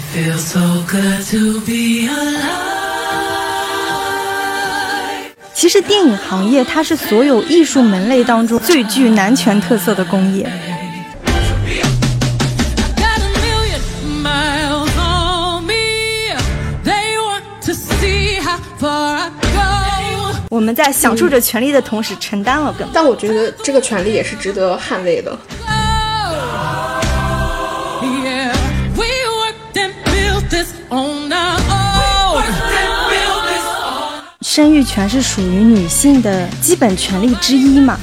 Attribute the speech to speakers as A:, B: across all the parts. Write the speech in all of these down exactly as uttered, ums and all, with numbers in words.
A: Feels so good to be alive。
B: 其实电影行业它是所有艺术门类当中最具男权特色的工业。我们在享受着权利的同时承担了更多、
C: 嗯、但我觉得这个权利也是值得捍卫的。
B: 生育权是属于女性的基本权利之一嘛。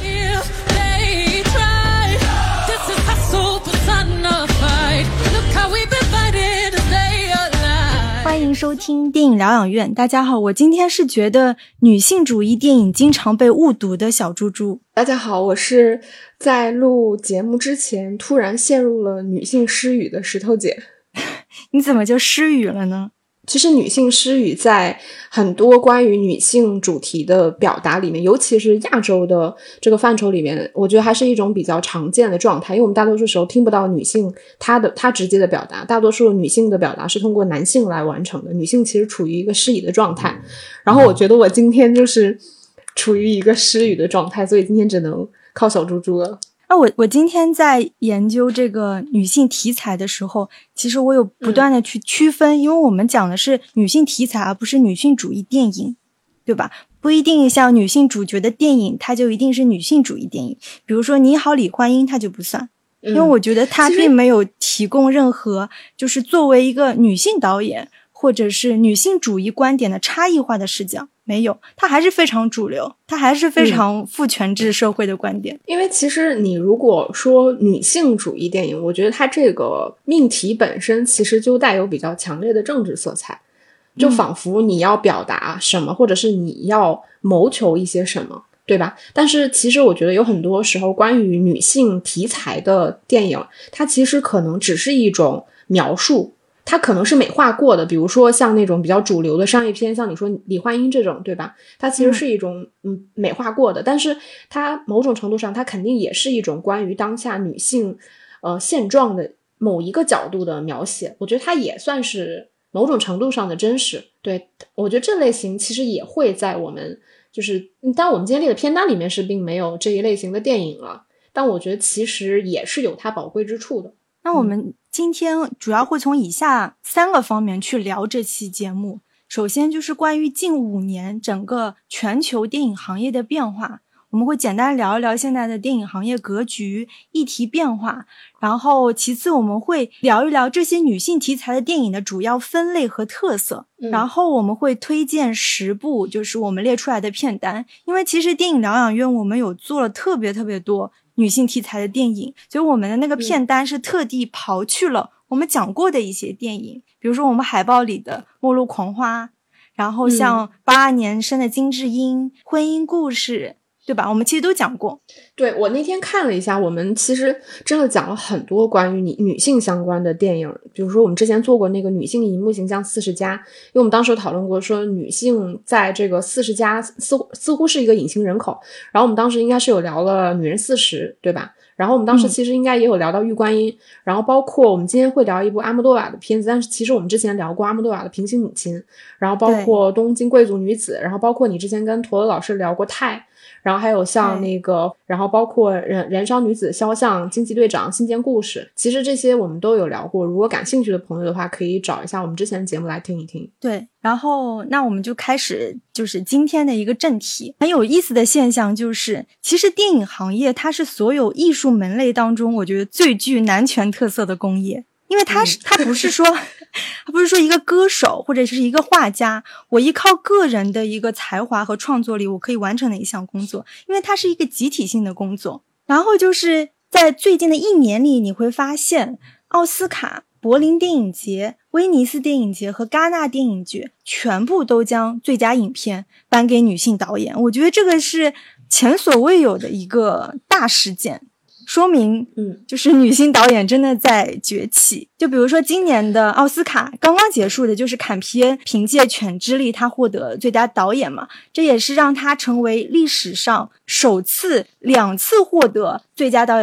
B: 欢迎收听电影疗养院，大家好，我今天是觉得女性主义电影经常被误读的小猪猪。
C: 大家好，我是在录节目之前突然陷入了女性失语的石头姐。
B: 你怎么就失语了呢？
C: 其实女性失语在很多关于女性主题的表达里面，尤其是亚洲的这个范畴里面，我觉得还是一种比较常见的状态。因为我们大多数时候听不到女性她的她直接的表达，大多数女性的表达是通过男性来完成的，女性其实处于一个失语的状态。然后我觉得我今天就是处于一个失语的状态，所以今天只能靠小猪猪了。
B: 啊，我我今天在研究这个女性题材的时候，其实我有不断的去区分、嗯、因为我们讲的是女性题材而不是女性主义电影，对吧？不一定像女性主角的电影它就一定是女性主义电影，比如说你好李焕英它就不算、嗯、因为我觉得它并没有提供任何就是作为一个女性导演或者是女性主义观点的差异化的视角，没有，它还是非常主流，它还是非常父权制社会的观点、嗯、
C: 因为其实你如果说女性主义电影，我觉得它这个命题本身其实就带有比较强烈的政治色彩，就仿佛你要表达什么、嗯、或者是你要谋求一些什么，对吧？但是其实我觉得有很多时候关于女性题材的电影，它其实可能只是一种描述，它可能是美化过的，比如说像那种比较主流的商业片，像你说李焕英这种，对吧？它其实是一种嗯美化过的，但是它某种程度上它肯定也是一种关于当下女性呃现状的某一个角度的描写，我觉得它也算是某种程度上的真实。对，我觉得这类型其实也会在我们就是当然我们今天列的片单里面是并没有这一类型的电影了，但我觉得其实也是有它宝贵之处的。
B: 那我们今天主要会从以下三个方面去聊这期节目。首先就是关于近五年整个全球电影行业的变化，我们会简单聊一聊现在的电影行业格局、议题变化，然后其次我们会聊一聊这些女性题材的电影的主要分类和特色、嗯、然后我们会推荐十部就是我们列出来的片单，因为其实电影疗养院我们有做了特别特别多女性题材的电影，所以我们的那个片单是特地刨去了我们讲过的一些电影，比如说我们海报里的《末路狂花》，然后像八二年生的金智英、婚姻故事，对吧？我们其实都讲过。
C: 对，我那天看了一下，我们其实真的讲了很多关于女女性相关的电影，比如说我们之前做过那个女性荧幕形象四十加，因为我们当时有讨论过说女性在这个四十加似乎似乎是一个隐形人口，然后我们当时应该是有聊了女人四十，对吧？然后我们当时其实应该也有聊到玉观音、嗯、然后包括我们今天会聊一部阿莫多瓦的片子，但是其实我们之前聊过阿莫多瓦的平行母亲，然后包括东京贵族女子，然后包括你之前跟陀螺老师聊过泰，然后还有像那个然后包括燃燃烧女子肖像、惊奇队长、信件故事，其实这些我们都有聊过，如果感兴趣的朋友的话可以找一下我们之前的节目来听一听。
B: 对，然后那我们就开始就是今天的一个正题。很有意思的现象就是其实电影行业它是所有艺术门类当中我觉得最具男权特色的工业，因为它是它不是说它不是说一个歌手或者是一个画家我依靠个人的一个才华和创作力我可以完成的一项工作，因为它是一个集体性的工作。然后就是在最近的一年里你会发现奥斯卡、柏林电影节、威尼斯电影节和戛纳电影节全部都将最佳影片颁给女性导演，我觉得这个是前所未有的一个大事件，说明嗯，就是女性导演真的在崛起。就比如说今年的奥斯卡刚刚结束的就是坎皮恩凭借犬之力他获得最佳导演嘛，这也是让他成为历史上首次两次获得最佳导演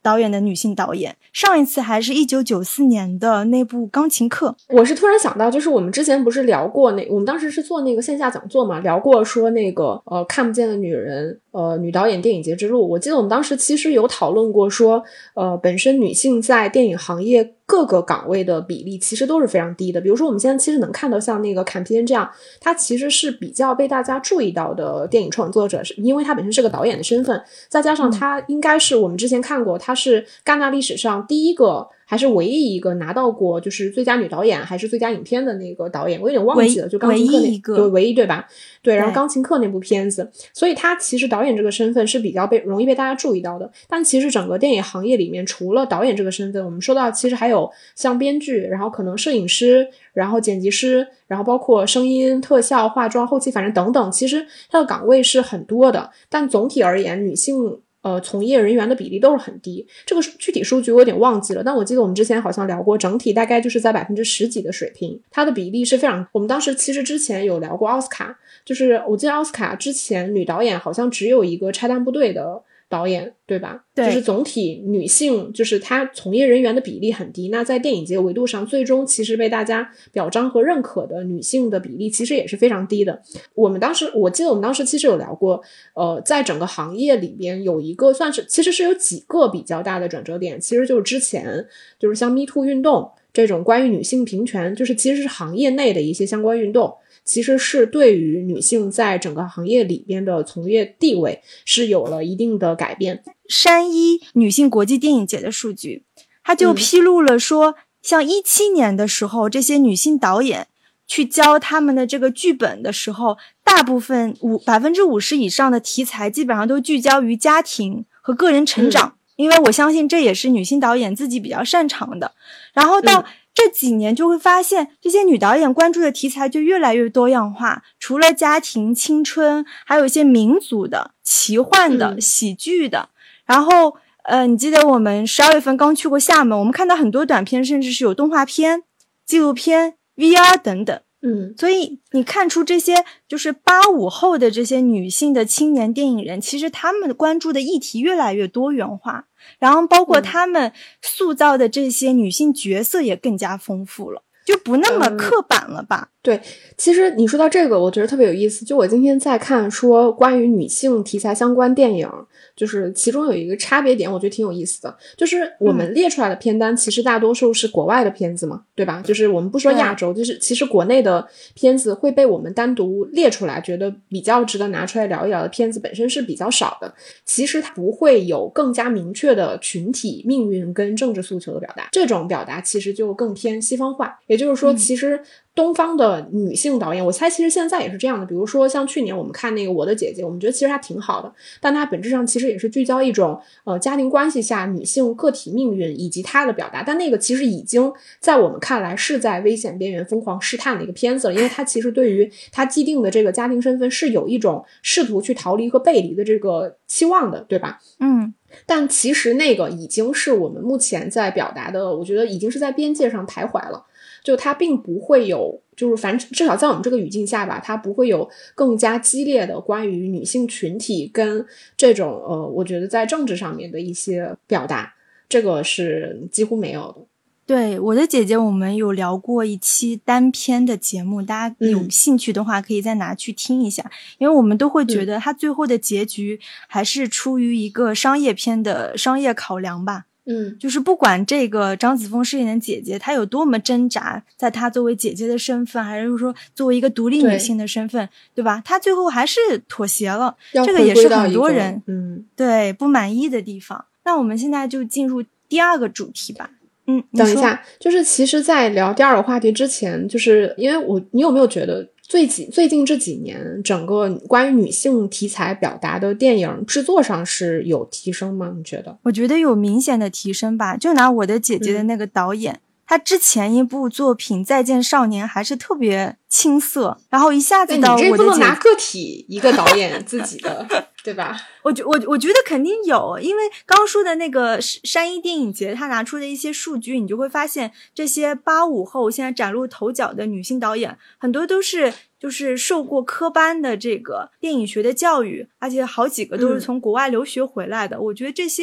B: 导演的女性导演，上一次还是一九九四年的那部《钢琴课》。
C: 我是突然想到，就是我们之前不是聊过那，我们当时是做那个线下讲座嘛，聊过说那个呃看不见的女人，呃女导演电影节之路。我记得我们当时其实有讨论过说，呃本身女性在电影行业各个岗位的比例其实都是非常低的。比如说我们现在其实能看到像那个坎皮恩这样，他其实是比较被大家注意到的电影创作者，因为他本身是个导演的身份，再加上他应该是我们之前看过，他是戛纳历史上第一个还是唯一一个拿到过就是最佳女导演还是最佳影片的那个导演，我有点忘记了，就钢琴课那
B: 唯一一个
C: 对唯一对吧？对，然后钢琴课那部片子，所以他其实导演这个身份是比较被容易被大家注意到的。但其实整个电影行业里面，除了导演这个身份，我们说到其实还有像编剧，然后可能摄影师，然后剪辑师，然后包括声音、特效、化妆、后期，反正等等，其实它的岗位是很多的。但总体而言，女性呃，从业人员的比例都是很低，这个具体数据我有点忘记了，但我记得我们之前好像聊过，整体大概就是在百分之十几的水平，它的比例是非常。我们当时其实之前有聊过奥斯卡，就是我记得奥斯卡之前女导演好像只有一个拆弹部队的导演，对吧？
B: 对，
C: 就是总体女性就是她从业人员的比例很低。那在电影节维度上，最终其实被大家表彰和认可的女性的比例其实也是非常低的。我们当时我记得我们当时其实有聊过，呃，在整个行业里边有一个算是其实是有几个比较大的转折点，其实就是之前就是像 Me Too 运动这种关于女性平权，就是其实是行业内的一些相关运动，其实是对于女性在整个行业里边的从业地位是有了一定的改变。
B: 山一女性国际电影节的数据，它就披露了说、嗯、像一七年的时候，这些女性导演去教他们的这个剧本的时候，大部分五百分之五十以上的题材基本上都聚焦于家庭和个人成长、嗯、因为我相信这也是女性导演自己比较擅长的。然后到、嗯这几年就会发现这些女导演关注的题材就越来越多样化，除了家庭、青春，还有一些民族的、奇幻的、嗯、喜剧的。然后呃，你记得我们十二月份刚去过厦门，我们看到很多短片，甚至是有动画片、纪录片、V R 等等。
C: 嗯，
B: 所以你看出这些就是八五后的这些女性的青年电影人，其实她们关注的议题越来越多元化，然后包括她们塑造的这些女性角色也更加丰富了，就不那么刻板了吧、嗯、
C: 对，其实你说到这个我觉得特别有意思，就我今天在看说关于女性题材相关电影，就是其中有一个差别点我觉得挺有意思的，就是我们列出来的片单其实大多数是国外的片子嘛，对吧？就是我们不说亚洲，就是其实国内的片子会被我们单独列出来觉得比较值得拿出来聊一聊的片子本身是比较少的，其实它不会有更加明确的群体命运跟政治诉求的表达，这种表达其实就更偏西方化。也就是说其实东方的女性导演，我猜其实现在也是这样的，比如说像去年我们看那个我的姐姐，我们觉得其实它挺好的，但它本质上其实也是聚焦一种呃家庭关系下女性个体命运以及她的表达，但那个其实已经在我们看来是在危险边缘疯狂试探的一个片子了，因为它其实对于它既定的这个家庭身份是有一种试图去逃离和背离的这个期望的，对吧？
B: 嗯，
C: 但其实那个已经是我们目前在表达的，我觉得已经是在边界上徘徊了，就它并不会有，就是反正至少在我们这个语境下吧，它不会有更加激烈的关于女性群体跟这种呃，我觉得在政治上面的一些表达，这个是几乎没有的。
B: 对，我的姐姐我们有聊过一期单篇的节目，大家有兴趣的话可以再拿去听一下、嗯、因为我们都会觉得它最后的结局还是出于一个商业片的商业考量吧。
C: 嗯，
B: 就是不管这个张子枫饰演的姐姐她有多么挣扎，在她作为姐姐的身份，还是说作为一个独立女性的身份， 对, 对吧，她最后还是妥协了，这个也是很多人
C: 嗯
B: 对不满意的地方。那我们现在就进入第二个主题吧。嗯，
C: 等一下，就是其实在聊第二个话题之前，就是因为我你有没有觉得最近最近这几年整个关于女性题材表达的电影制作上是有提升吗？你觉得？
B: 我觉得有明显的提升吧，就拿我的姐姐的那个导演、嗯、他之前一部作品《再见少年》还是特别青涩，然后一下子到我的姐姐，
C: 你这不能拿个体一个导演自己的对吧？
B: 我觉我我觉得肯定有，因为刚刚说的那个山一电影节，他拿出的一些数据，你就会发现这些八五后现在崭露头角的女性导演，很多都是就是受过科班的这个电影学的教育，而且好几个都是从国外留学回来的、嗯、我觉得这些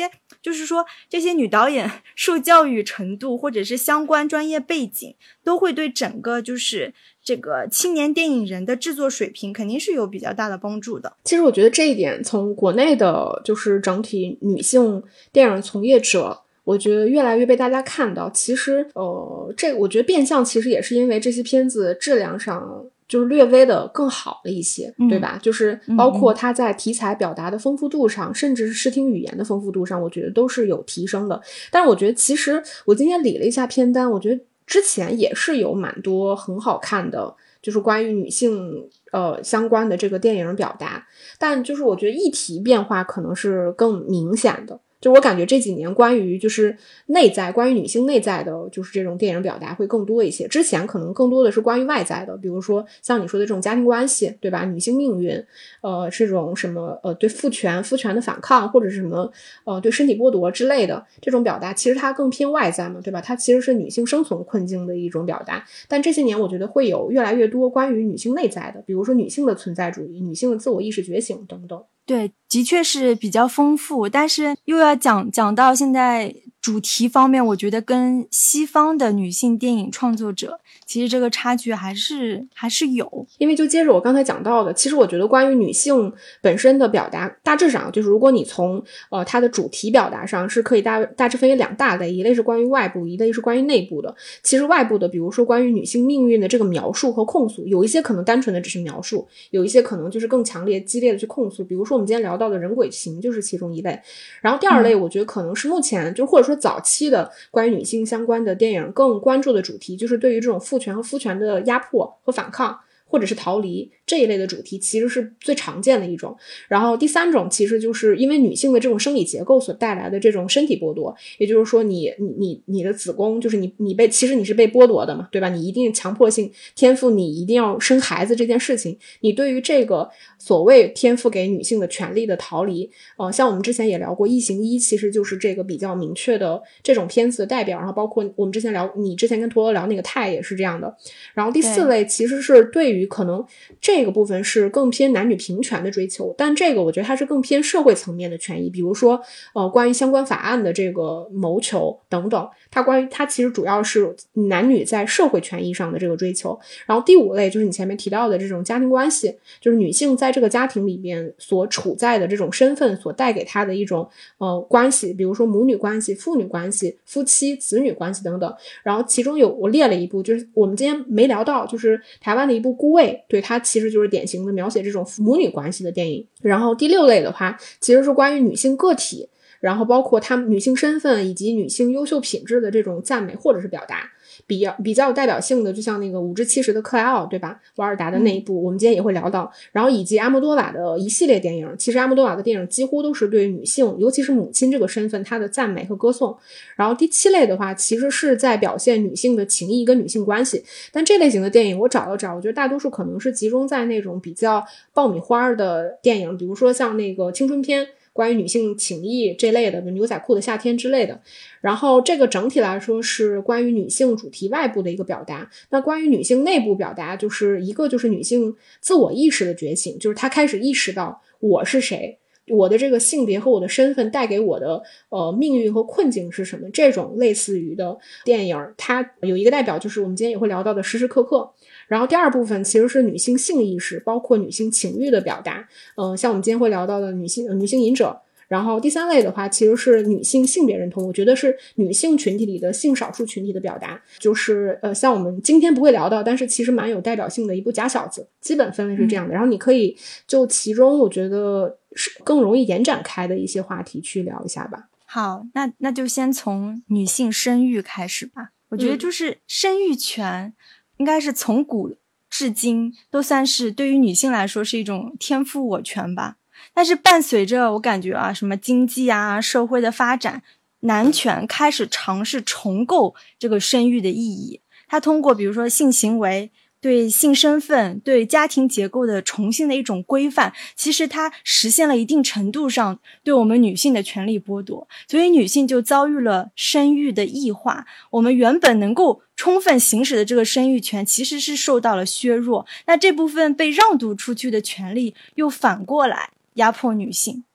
B: 就是说这些女导演受教育程度或者是相关专业背景，都会对整个就是这个青年电影人的制作水平肯定是有比较大的帮助的。
C: 其实我觉得这一点从国内的就是整体女性电影从业者，我觉得越来越被大家看到。其实呃，这我觉得变相其实也是因为这些片子质量上就是略微的更好了一些、嗯、对吧，就是包括它在题材表达的丰富度上、嗯、甚至是视听语言的丰富度上，我觉得都是有提升的。但是我觉得其实我今天理了一下片单，我觉得之前也是有蛮多很好看的就是关于女性呃相关的这个电影表达，但就是我觉得议题变化可能是更明显的。就我感觉这几年关于就是内在关于女性内在的就是这种电影表达会更多一些，之前可能更多的是关于外在的，比如说像你说的这种家庭关系，对吧，女性命运，呃这种什么呃对父权父权的反抗，或者是什么呃对身体剥夺之类的这种表达，其实它更偏外在嘛，对吧，它其实是女性生存困境的一种表达。但这些年我觉得会有越来越多关于女性内在的，比如说女性的存在主义、女性的自我意识觉醒等等。
B: 对，的确是比较丰富，但是又要讲讲到现在主题方面，我觉得跟西方的女性电影创作者其实这个差距还是还是有。
C: 因为就接着我刚才讲到的，其实我觉得关于女性本身的表达，大致上就是如果你从呃它的主题表达上是可以大大致分为两大类，一类是关于外部，一类是关于内部的。其实外部的比如说关于女性命运的这个描述和控诉，有一些可能单纯的只是描述，有一些可能就是更强烈激烈的去控诉，比如说我们今天聊到的人鬼情就是其中一类。然后第二类我觉得可能是目前、嗯、就或者说早期的关于女性相关的电影更关注的主题，就是对于这种父权和夫权的压迫和反抗或者是逃离这一类的主题，其实是最常见的一种。然后第三种其实就是因为女性的这种生理结构所带来的这种身体剥夺，也就是说你你你你的子宫就是你你被其实你是被剥夺的嘛，对吧，你一定强迫性天赋你一定要生孩子这件事情，你对于这个所谓天赋给女性的权利的逃离，呃，像我们之前也聊过异形一其实就是这个比较明确的这种片子的代表，然后包括我们之前聊你之前跟陀螺聊那个泰也是这样的。然后第四类其实是对于可能这个部分是更偏男女平权的追求，但这个我觉得它是更偏社会层面的权益，比如说呃，关于相关法案的这个谋求等等，它关于它其实主要是男女在社会权益上的这个追求。然后第五类就是你前面提到的这种家庭关系，就是女性在这个家庭里面所处在的这种身份所带给她的一种呃关系，比如说母女关系、父女关系、夫妻子女关系等等。然后其中有我列了一部就是我们今天没聊到，就是台湾的一部孤味，对，它其实就是典型的描写这种母女关系的电影。然后第六类的话其实是关于女性个体，然后包括她们女性身份以及女性优秀品质的这种赞美或者是表达。比较比较有代表性的就像那个五至七十的克莱奥，对吧，瓦尔达的那一部、嗯、我们今天也会聊到。然后以及阿莫多瓦的一系列电影，其实阿莫多瓦的电影几乎都是对女性尤其是母亲这个身份她的赞美和歌颂。然后第七类的话其实是在表现女性的情谊跟女性关系，但这类型的电影我找了找，我觉得大多数可能是集中在那种比较爆米花的电影，比如说像那个青春片关于女性情谊这类的，牛仔裤的夏天之类的。然后这个整体来说是关于女性主题外部的一个表达。那关于女性内部表达，就是一个就是女性自我意识的觉醒，就是她开始意识到我是谁，我的这个性别和我的身份带给我的呃命运和困境是什么，这种类似于的电影，它有一个代表就是我们今天也会聊到的时时刻刻。然后第二部分其实是女性性意识，包括女性情欲的表达，嗯、呃，像我们今天会聊到的女性、呃、女性瘾者。然后第三类的话其实是女性性别认同，我觉得是女性群体里的性少数群体的表达，就是呃，像我们今天不会聊到但是其实蛮有代表性的一部假小子，基本分类是这样的、嗯、然后你可以就其中我觉得是更容易延展开的一些话题去聊一下吧。
B: 好，那那就先从女性生育开始吧。我觉得就是生育权应该是从古至今都算是对于女性来说是一种天赋我权吧。但是伴随着我感觉啊，什么经济啊社会的发展，男权开始尝试重构这个生育的意义。它通过比如说性行为、对性身份、对家庭结构的重新的一种规范，其实它实现了一定程度上对我们女性的权利剥夺，所以女性就遭遇了生育的异化。我们原本能够充分行使的这个生育权其实是受到了削弱，那这部分被让渡出去的权利又反过来压迫女性。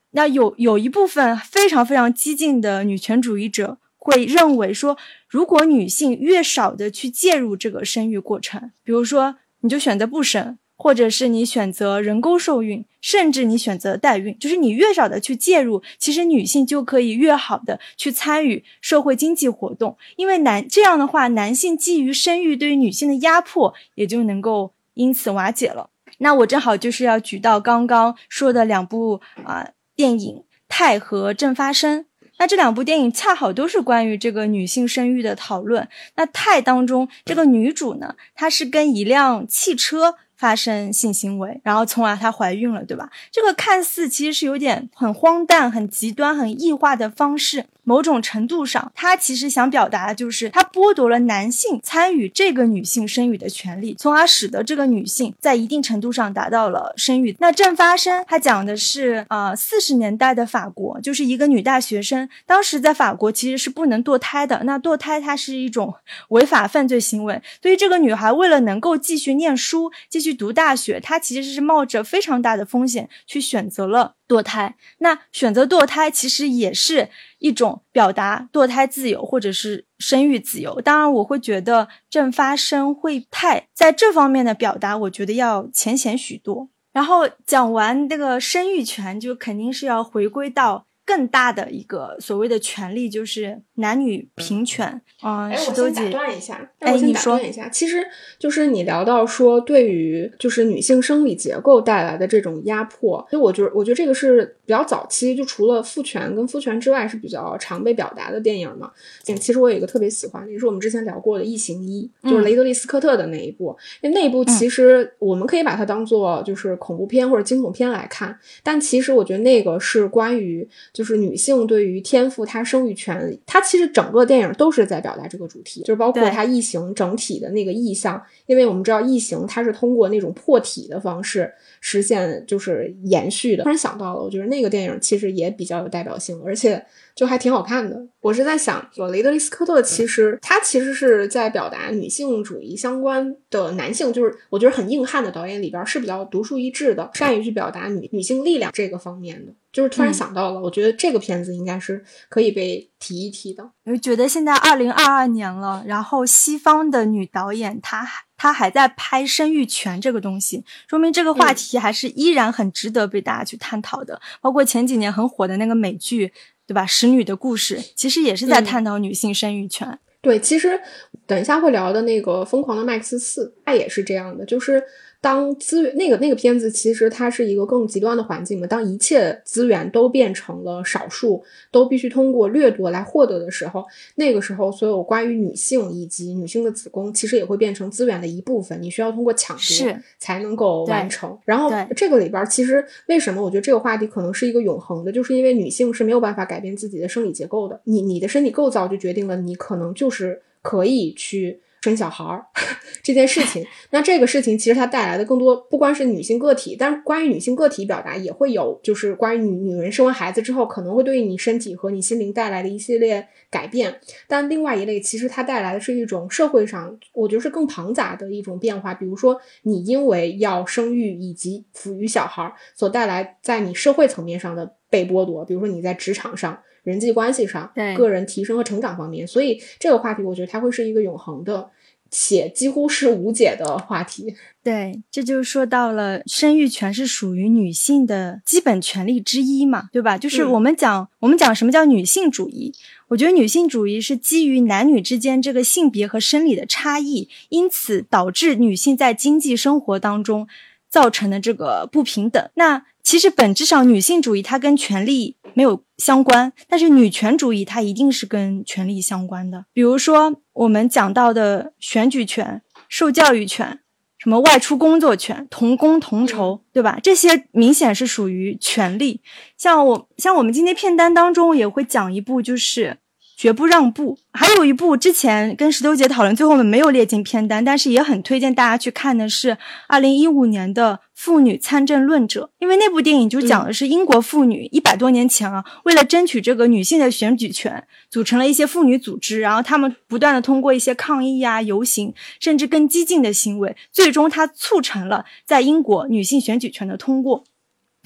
B: 那有有一部分非常非常激进的女权主义者会认为说，如果女性越少的去介入这个生育过程，比如说你就选择不生，或者是你选择人工受孕，甚至你选择代孕，就是你越少的去介入，其实女性就可以越好的去参与社会经济活动，因为男这样的话，男性基于生育对于女性的压迫也就能够因此瓦解了。那我正好就是要举到刚刚说的两部啊、呃、电影《钛》和《正发生》。那这两部电影恰好都是关于这个女性生育的讨论。那《钛》当中这个女主呢，她是跟一辆汽车发生性行为，然后从而她怀孕了，对吧？这个看似其实是有点很荒诞、很极端、很异化的方式，某种程度上她其实想表达的就是她剥夺了男性参与这个女性生育的权利，从而使得这个女性在一定程度上达到了生育。那正发生它讲的是呃四十年代的法国，就是一个女大学生，当时在法国其实是不能堕胎的，那堕胎它是一种违法犯罪行为，所以这个女孩为了能够继续念书，继续读大学，她其实是冒着非常大的风险去选择了堕胎。那选择堕胎其实也是一种表达堕胎自由或者是生育自由。当然我会觉得正发生会太在这方面的表达我觉得要浅显许多。然后讲完这个生育权，就肯定是要回归到更大的一个所谓的权利，就是男女平权。嗯，
C: 哎，
B: 石
C: 我先打
B: 头姐，
C: 断一下，
B: 哎，
C: 我先
B: 你说，
C: 打断一下。其实就是你聊到说，对于就是女性生理结构带来的这种压迫，就我觉得，我觉得这个是比较早期，就除了父权跟夫权之外，是比较常被表达的电影嘛。其实我有一个特别喜欢的，也是我们之前聊过的《异形一》，就是雷德利·斯科特的那一部。因为那一部其实我们可以把它当做就是恐怖片或者惊悚片来看，但其实我觉得那个是关于就是女性对于天赋她生育权，它其实整个电影都是在表达这个主题，就是包括它异形整体的那个意象。因为我们知道异形它是通过那种破体的方式实现就是延续的。突然想到了，我觉得那个电影其实也比较有代表性，而且就还挺好看的。我是在想，雷德利·斯科特其实他其实是在表达女性主义相关的男性，就是我觉得很硬汉的导演里边是比较独树一帜的，善于去表达女女性力量这个方面的。就是突然想到了、嗯、我觉得这个片子应该是可以被提一提的。
B: 我觉得现在二零二二年了，然后西方的女导演她她还在拍生育权这个东西，说明这个话题还是依然很值得被大家去探讨的、嗯、包括前几年很火的那个美剧，对吧，使女的故事其实也是在探讨女性生育权、嗯、
C: 对，其实等一下会聊的那个疯狂的麦克斯四它也是这样的，就是当资源那个那个片子其实它是一个更极端的环境嘛，当一切资源都变成了少数都必须通过掠夺来获得的时候，那个时候所有关于女性以及女性的子宫其实也会变成资源的一部分，你需要通过抢夺才能够完成。然后这个里边其实为什么我觉得这个话题可能是一个永恒的，就是因为女性是没有办法改变自己的生理结构的，你你的身体构造就决定了你可能就是可以去生小孩这件事情。那这个事情其实它带来的更多不光是女性个体，但是关于女性个体表达也会有，就是关于女女人生完孩子之后可能会对你身体和你心灵带来的一系列改变。但另外一类其实它带来的是一种社会上我觉得是更庞杂的一种变化，比如说你因为要生育以及抚育小孩所带来在你社会层面上的被剥夺，比如说你在职场上人际关系上个人提升和成长方面。所以这个话题我觉得它会是一个永恒的且几乎是无解的话题。
B: 对，这就说到了生育权是属于女性的基本权利之一嘛，对吧？就是我们讲、嗯、我们讲什么叫女性主义，我觉得女性主义是基于男女之间这个性别和生理的差异，因此导致女性在经济生活当中造成的这个不平等。那其实本质上女性主义它跟权利没有相关，但是女权主义它一定是跟权利相关的。比如说我们讲到的选举权、受教育权、什么外出工作权、同工同酬，对吧？这些明显是属于权利。像我像我们今天片单当中也会讲一部，就是绝不让步。还有一部之前跟石头姐讨论，最后我们没有列进片单，但是也很推荐大家去看的是二零一五年的妇女参政论者。因为那部电影就讲的是英国妇女一百多年前啊，为了争取这个女性的选举权，组成了一些妇女组织，然后他们不断的通过一些抗议啊、游行，甚至更激进的行为，最终它促成了在英国女性选举权的通过。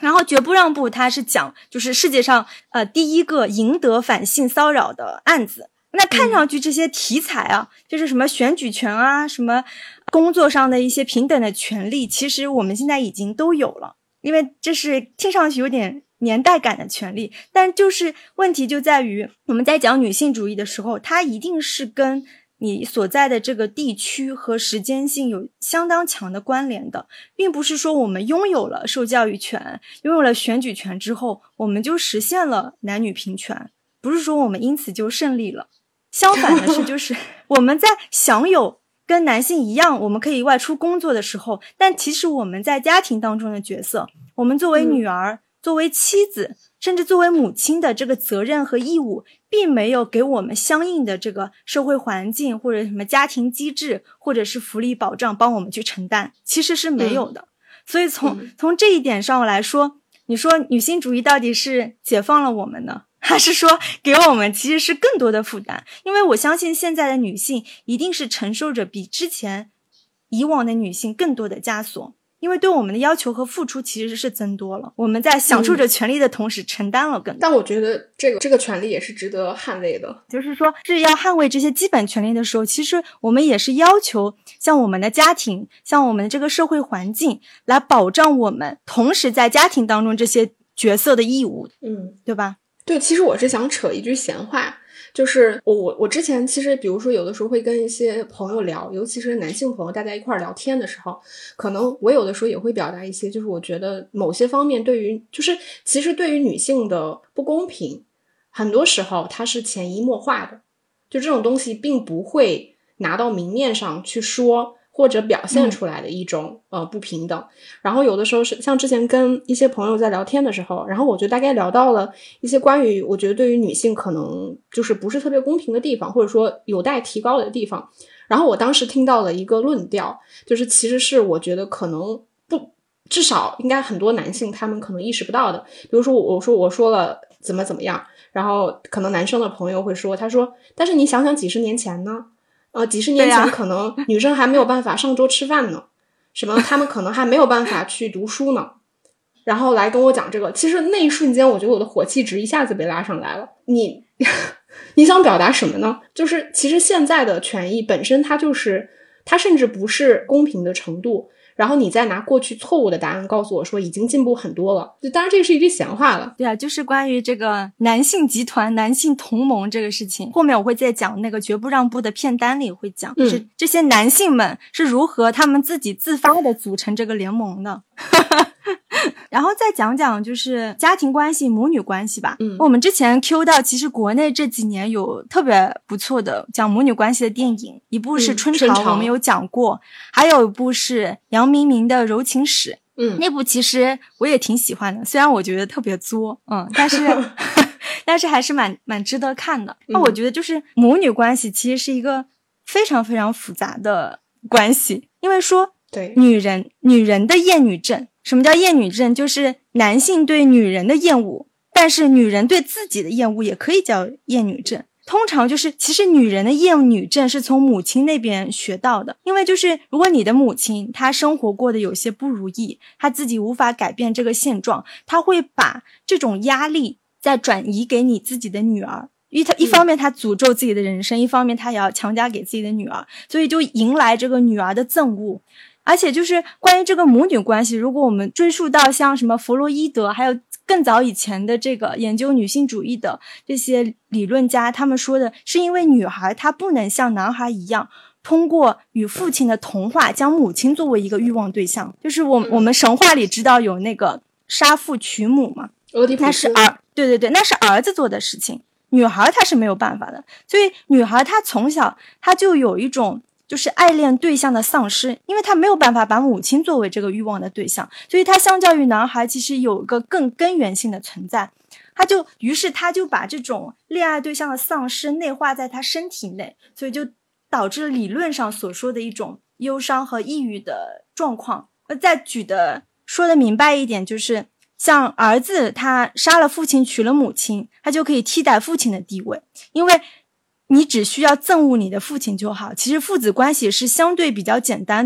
B: 然后绝不让步它是讲就是世界上呃第一个赢得反性骚扰的案子。那看上去这些题材啊、嗯、就是什么选举权啊，什么工作上的一些平等的权利，其实我们现在已经都有了，因为这是听上去有点年代感的权利。但就是问题就在于我们在讲女性主义的时候，它一定是跟你所在的这个地区和时间性有相当强的关联的，并不是说我们拥有了受教育权，拥有了选举权之后我们就实现了男女平权，不是说我们因此就胜利了。相反的是，就是我们在享有跟男性一样我们可以外出工作的时候，但其实我们在家庭当中的角色，我们作为女儿、嗯、作为妻子，甚至作为母亲的这个责任和义务，并没有给我们相应的这个社会环境或者什么家庭机制或者是福利保障帮我们去承担，其实是没有的、嗯、所以从、嗯、从这一点上来说，你说女性主义到底是解放了我们呢，还是说给我们其实是更多的负担？因为我相信现在的女性一定是承受着比之前以往的女性更多的枷锁，因为对我们的要求和付出其实是增多了，我们在享受着权利的同时承担了更多、嗯、
C: 但我觉得这个这个权利也是值得捍卫的。
B: 就是说是要捍卫这些基本权利的时候，其实我们也是要求像我们的家庭，像我们的这个社会环境来保障我们同时在家庭当中这些角色的义务，
C: 嗯，
B: 对吧？
C: 对，其实我是想扯一句闲话，就是我我我之前其实比如说有的时候会跟一些朋友聊，尤其是男性朋友，大家一块聊天的时候，可能我有的时候也会表达一些，就是我觉得某些方面对于就是其实对于女性的不公平，很多时候它是潜移默化的，就这种东西并不会拿到明面上去说或者表现出来的一种、嗯、呃不平等。然后有的时候是像之前跟一些朋友在聊天的时候，然后我就大概聊到了一些关于我觉得对于女性可能就是不是特别公平的地方，或者说有待提高的地方。然后我当时听到了一个论调，就是其实是我觉得可能不至少应该很多男性他们可能意识不到的。比如说我说我说了怎么怎么样，然后可能男生的朋友会说，他说但是你想想几十年前呢，呃，几十年前可能女生还没有办法上桌吃饭呢，什么他们可能还没有办法去读书呢，然后来跟我讲这个，其实那一瞬间我觉得我的火气值一下子被拉上来了。你你想表达什么呢？就是其实现在的权益本身它就是它甚至不是公平的程度，然后你再拿过去错误的答案告诉我说已经进步很多了，当然这是一句闲话了。
B: 对啊，就是关于这个男性集团男性同盟这个事情，后面我会再讲那个绝不让步的片单里会讲、嗯、就是这些男性们是如何他们自己自发的组成这个联盟的然后再讲讲就是家庭关系母女关系吧。嗯，我们之前 Q 到其实国内这几年有特别不错的讲母女关系的电影，一部是春潮、嗯、春潮我们有讲过，还有一部是杨明明的柔情史。嗯，那部其实我也挺喜欢的，虽然我觉得特别作，嗯，但是但是还是蛮蛮值得看的。那、嗯、我觉得就是母女关系其实是一个非常非常复杂的关系，因为说
C: 对
B: 女人女人的厌女症，什么叫厌女症？就是男性对女人的厌恶，但是女人对自己的厌恶也可以叫厌女症。通常就是其实女人的厌女症是从母亲那边学到的，因为就是如果你的母亲她生活过得有些不如意，她自己无法改变这个现状，她会把这种压力再转移给你自己的女儿，一一方面她诅咒自己的人生、嗯、一方面她也要强加给自己的女儿，所以就迎来这个女儿的憎恶。而且就是关于这个母女关系，如果我们追溯到像什么弗洛伊德还有更早以前的这个研究女性主义的这些理论家，他们说的是因为女孩她不能像男孩一样通过与父亲的同化将母亲作为一个欲望对象，就是我我们神话里知道有那个杀父娶母嘛，那是儿对对对那是儿子做的事情，女孩她是没有办法的，所以女孩她从小她就有一种就是爱恋对象的丧失，因为他没有办法把母亲作为这个欲望的对象，所以他相较于男孩其实有一个更根源性的存在，他就于是他就把这种恋爱对象的丧失内化在他身体内，所以就导致理论上所说的一种忧伤和抑郁的状况。再举的说的明白一点，就是像儿子他杀了父亲娶了母亲，他就可以替代父亲的地位，因为你只需要憎恶你的父亲就好，其实父子关系是相对比较简单的，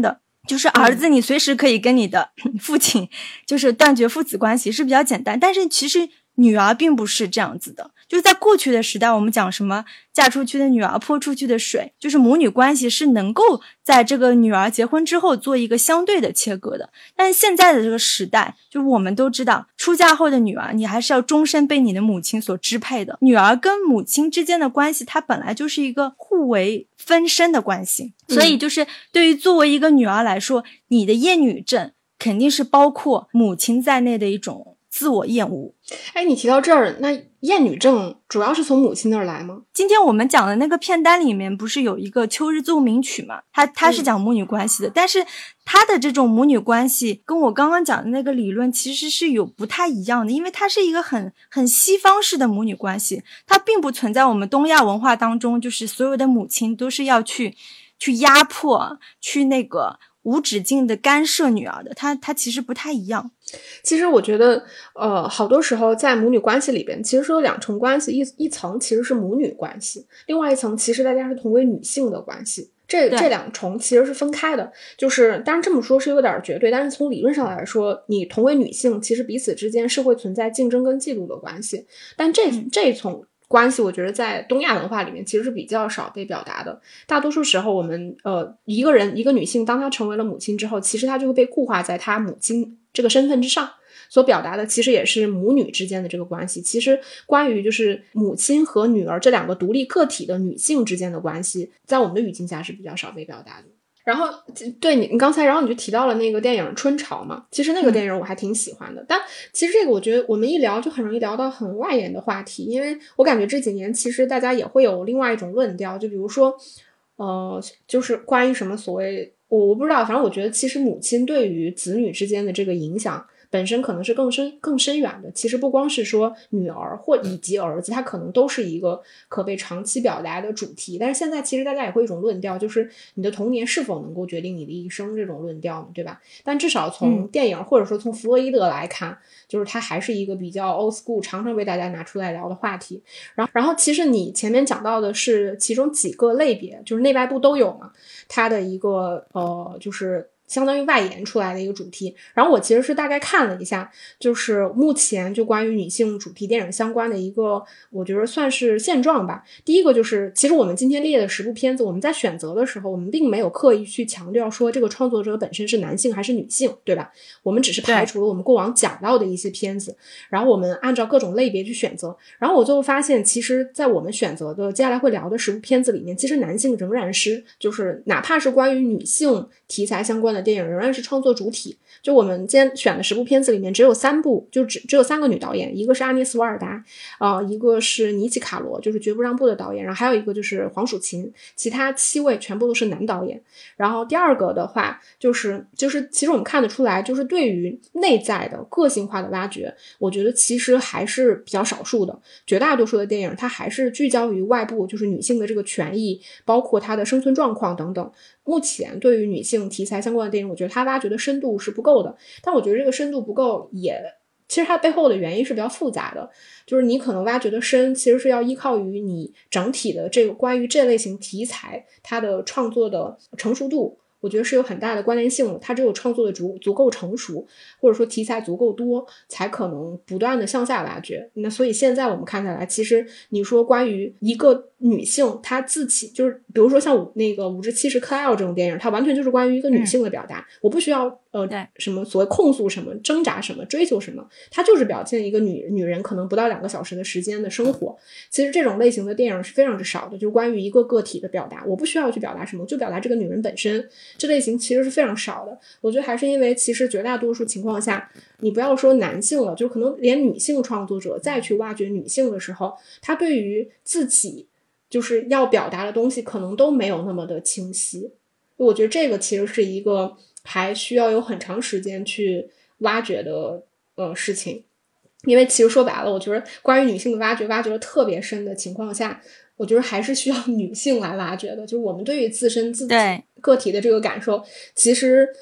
B: 就是儿子你随时可以跟你的父亲就是断绝父子关系是比较简单，但是其实女儿并不是这样子的。就是在过去的时代，我们讲什么嫁出去的女儿泼出去的水，就是母女关系是能够在这个女儿结婚之后做一个相对的切割的。但是现在的这个时代，就是我们都知道出嫁后的女儿你还是要终身被你的母亲所支配的，女儿跟母亲之间的关系它本来就是一个互为分身的关系，所以就是对于作为一个女儿来说，你的厌女症肯定是包括母亲在内的一种自我厌恶。
C: 哎，你提到这儿，那厌女症主要是从母亲那儿来吗？
B: 今天我们讲的那个片单里面不是有一个秋日奏鸣曲嘛，它它是讲母女关系的、嗯、但是它的这种母女关系跟我刚刚讲的那个理论其实是有不太一样的，因为它是一个很很西方式的母女关系，它并不存在我们东亚文化当中就是所有的母亲都是要去去压迫去那个无止境的干涉女儿的，它它其实不太一样。
C: 其实我觉得呃，好多时候在母女关系里边其实是有两重关系，一一层其实是母女关系，另外一层其实大家是同为女性的关系，这这两重其实是分开的。就是当然这么说是有点绝对，但是从理论上来说，你同为女性其实彼此之间是会存在竞争跟嫉妒的关系，但这这从关系我觉得在东亚文化里面其实是比较少被表达的。大多数时候我们呃一个人一个女性当她成为了母亲之后，其实她就会被固化在她母亲这个身份之上，所表达的其实也是母女之间的这个关系。其实关于就是母亲和女儿这两个独立个体的女性之间的关系，在我们的语境下是比较少被表达的。然后对你你刚才然后你就提到了那个电影春潮嘛，其实那个电影我还挺喜欢的、嗯、但其实这个我觉得我们一聊就很容易聊到很外延的话题，因为我感觉这几年其实大家也会有另外一种论调，就比如说呃，就是关于什么所谓我我不知道，反正我觉得其实母亲对于子女之间的这个影响本身可能是更深更深远的。其实不光是说女儿或以及儿子，它可能都是一个可被长期表达的主题。但是现在其实大家也会有一种论调，就是你的童年是否能够决定你的一生这种论调，对吧？但至少从电影、嗯、或者说从弗洛伊德来看，就是它还是一个比较 old school 常常被大家拿出来聊的话题。然后然后其实你前面讲到的是其中几个类别，就是内外部都有嘛，它的一个呃就是相当于外延出来的一个主题。然后我其实是大概看了一下，就是目前就关于女性主题电影相关的一个我觉得算是现状吧。第一个就是其实我们今天列的十部片子，我们在选择的时候我们并没有刻意去强调说这个创作者本身是男性还是女性，对吧？我们只是排除了我们过往讲到的一些片子，然后我们按照各种类别去选择。然后我就发现其实在我们选择的接下来会聊的十部片子里面，其实男性仍然是就是哪怕是关于女性题材相关的电影仍然是创作主体。就我们今天选的十部片子里面只有三部，就只只有三个女导演，一个是阿涅斯·瓦尔达呃，一个是尼奇·卡罗，就是绝不让步的导演，然后还有一个就是黄蜀芹，其他七位全部都是男导演。然后第二个的话就是就是其实我们看得出来，就是对于内在的个性化的挖掘，我觉得其实还是比较少数的。绝大多数的电影它还是聚焦于外部，就是女性的这个权益，包括她的生存状况等等。目前对于女性题材相关的电影，我觉得它挖掘的深度是不够的。但我觉得这个深度不够也其实它背后的原因是比较复杂的，就是你可能挖掘的深其实是要依靠于你整体的这个关于这类型题材它的创作的成熟度，我觉得是有很大的关联性的。它只有创作的足足够成熟，或者说题材足够多，才可能不断的向下挖掘。那所以现在我们看下来，其实你说关于一个女性她自己，就是比如说像那个五至七十克莱奥这种电影，它完全就是关于一个女性的表达、嗯、我不需要呃什么所谓控诉什么挣扎什么追求什么，它就是表现一个女女人可能不到两个小时的时间的生活。其实这种类型的电影是非常之少的，就是关于一个个体的表达，我不需要去表达什么，就表达这个女人本身，这类型其实是非常少的。我觉得还是因为其实绝大多数情况下，你不要说男性了，就可能连女性创作者再去挖掘女性的时候，他对于自己就是要表达的东西可能都没有那么的清晰。我觉得这个其实是一个还需要有很长时间去挖掘的呃事情。因为其实说白了，我觉得关于女性的挖掘挖掘的特别深的情况下，我觉得还是需要女性来挖掘的。就是我们对于自身自己个体的这个感受，其实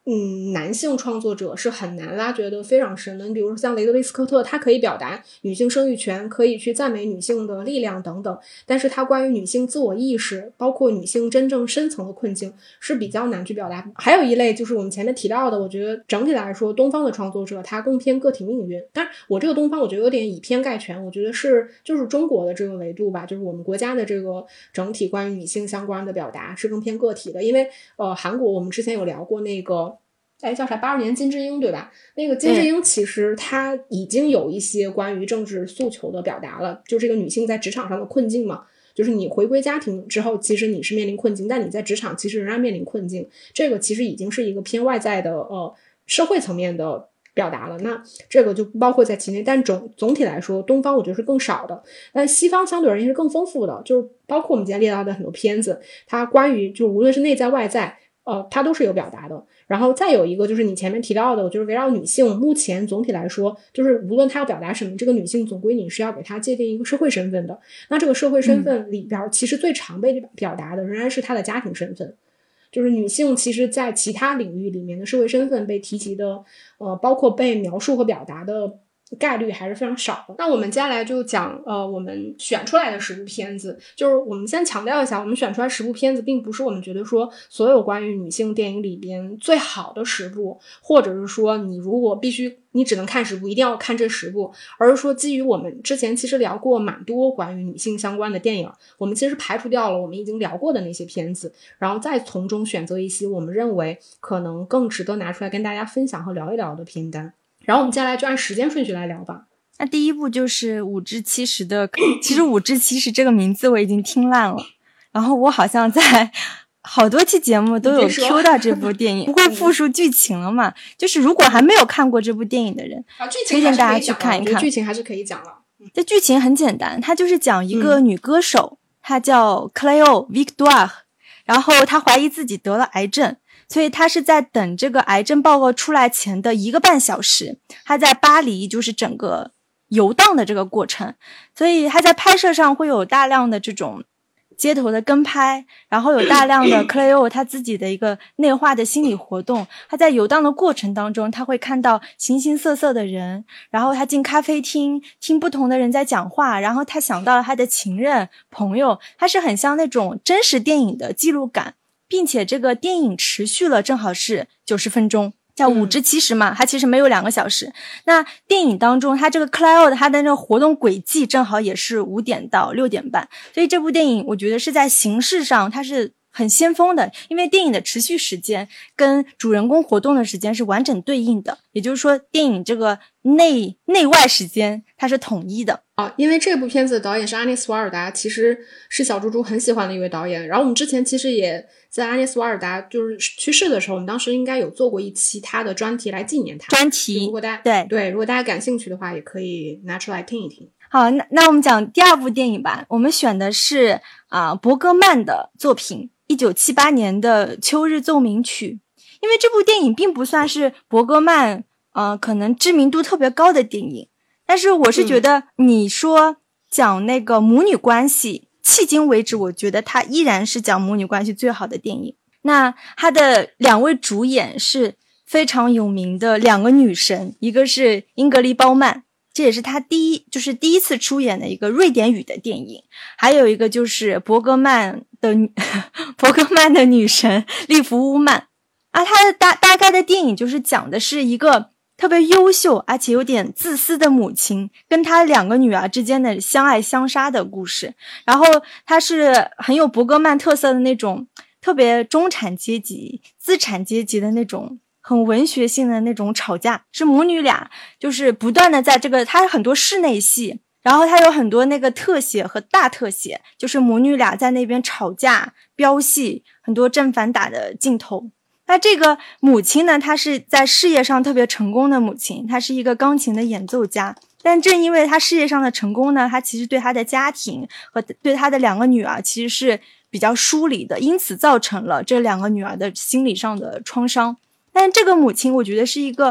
C: 嗯，男性创作者是很难拉掘的非常深的。你比如说像雷德利·斯科特，他可以表达女性生育权，可以去赞美女性的力量等等，但是他关于女性自我意识，包括女性真正深层的困境是比较难去表达。还有一类就是我们前面提到的，我觉得整体来说东方的创作者他更偏个体命运。但是我这个东方我觉得有点以偏概全，我觉得是就是中国的这个维度吧，就是我们国家的这个整体关于女性相关的表达是更偏个体的。因为呃，韩国我们之前有聊过那个哎，叫啥？八二年金智英对吧？那个金智英其实她已经有一些关于政治诉求的表达了，就这个女性在职场上的困境嘛，就是你回归家庭之后，其实你是面临困境，但你在职场其实仍然面临困境，这个其实已经是一个偏外在的呃社会层面的表达了。那这个就不包括在其内，但总总体来说，东方我觉得是更少的，但西方相对而言是更丰富的，就是包括我们今天列到的很多片子，它关于就无论是内在外在。呃，它都是有表达的。然后再有一个就是你前面提到的，我就是围绕女性，目前总体来说，就是无论她要表达什么，这个女性总归你是要给她界定一个社会身份的。那这个社会身份里边，其实最常被表达的仍然是她的家庭身份。就是女性其实在其他领域里面的社会身份被提及的，呃，包括被描述和表达的概率还是非常少的。那我们接下来就讲呃，我们选出来的十部片子。就是我们先强调一下，我们选出来十部片子并不是我们觉得说所有关于女性电影里边最好的十部，或者是说你如果必须你只能看十部一定要看这十部，而是说基于我们之前其实聊过蛮多关于女性相关的电影，我们其实排除掉了我们已经聊过的那些片子，然后再从中选择一些我们认为可能更值得拿出来跟大家分享和聊一聊的片单。然后我们接下来就按时间顺序来聊吧。
B: 那第一部就是五至七十的，其实五至七十这个名字我已经听烂了，然后我好像在好多期节目都有 Q 到这部电影，不会复述剧情了嘛？就是如果还没有看过这部电影的人，
C: 啊，
B: 推荐大家去看一看。
C: 剧情还是可以讲了。
B: 这剧情很简单，它就是讲一个女歌手，嗯、她叫 Cléo Victoire， 然后她怀疑自己得了癌症。所以他是在等这个癌症报告出来前的一个半小时，他在巴黎就是整个游荡的这个过程，所以他在拍摄上会有大量的这种街头的跟拍，然后有大量的 Cléo 他自己的一个内化的心理活动。他在游荡的过程当中，他会看到形形色色的人，然后他进咖啡厅听不同的人在讲话，然后他想到了他的情人朋友，他是很像那种真实电影的记录感，并且这个电影持续了正好是九十分钟，叫五至七十嘛，它其实没有两个小时。那电影当中，它这个 Cléo 它的那个活动轨迹正好也是五点到六点半，所以这部电影我觉得是在形式上它是很先锋的，因为电影的持续时间跟主人公活动的时间是完整对应的，也就是说电影这个内内外时间它是统一的。
C: 啊，因为这部片子的导演是阿涅斯·瓦尔达，其实是小猪猪很喜欢的一位导演。然后我们之前其实也在阿涅斯·瓦尔达就是去世的时候，我们当时应该有做过一期他的专题来纪念他。
B: 专题，
C: 如果大家
B: 对
C: 对，如果大家感兴趣的话，也可以拿出来听一听。
B: 好，那那我们讲第二部电影吧。我们选的是啊、呃、伯格曼的作品，一九七八年的《秋日奏鸣曲》。因为这部电影并不算是伯格曼呃可能知名度特别高的电影。但是我是觉得你说讲那个母女关系，迄今为止我觉得它依然是讲母女关系最好的电影。那它的两位主演是非常有名的两个女神，一个是英格丽褒曼，这也是她第一就是第一次出演的一个瑞典语的电影，还有一个就是伯格曼的伯格曼的女神利弗乌曼。啊，她的大大概的电影就是讲的是一个特别优秀而且有点自私的母亲跟她两个女儿之间的相爱相杀的故事。然后她是很有伯格曼特色的那种特别中产阶级资产阶级的那种很文学性的那种吵架，是母女俩就是不断的在这个，她很多室内戏，然后她有很多那个特写和大特写，就是母女俩在那边吵架飙戏，很多正反打的镜头。那这个母亲呢，她是在事业上特别成功的母亲，她是一个钢琴的演奏家，但正因为她事业上的成功呢，她其实对她的家庭和对她的两个女儿其实是比较疏离的，因此造成了这两个女儿的心理上的创伤。但这个母亲我觉得是一个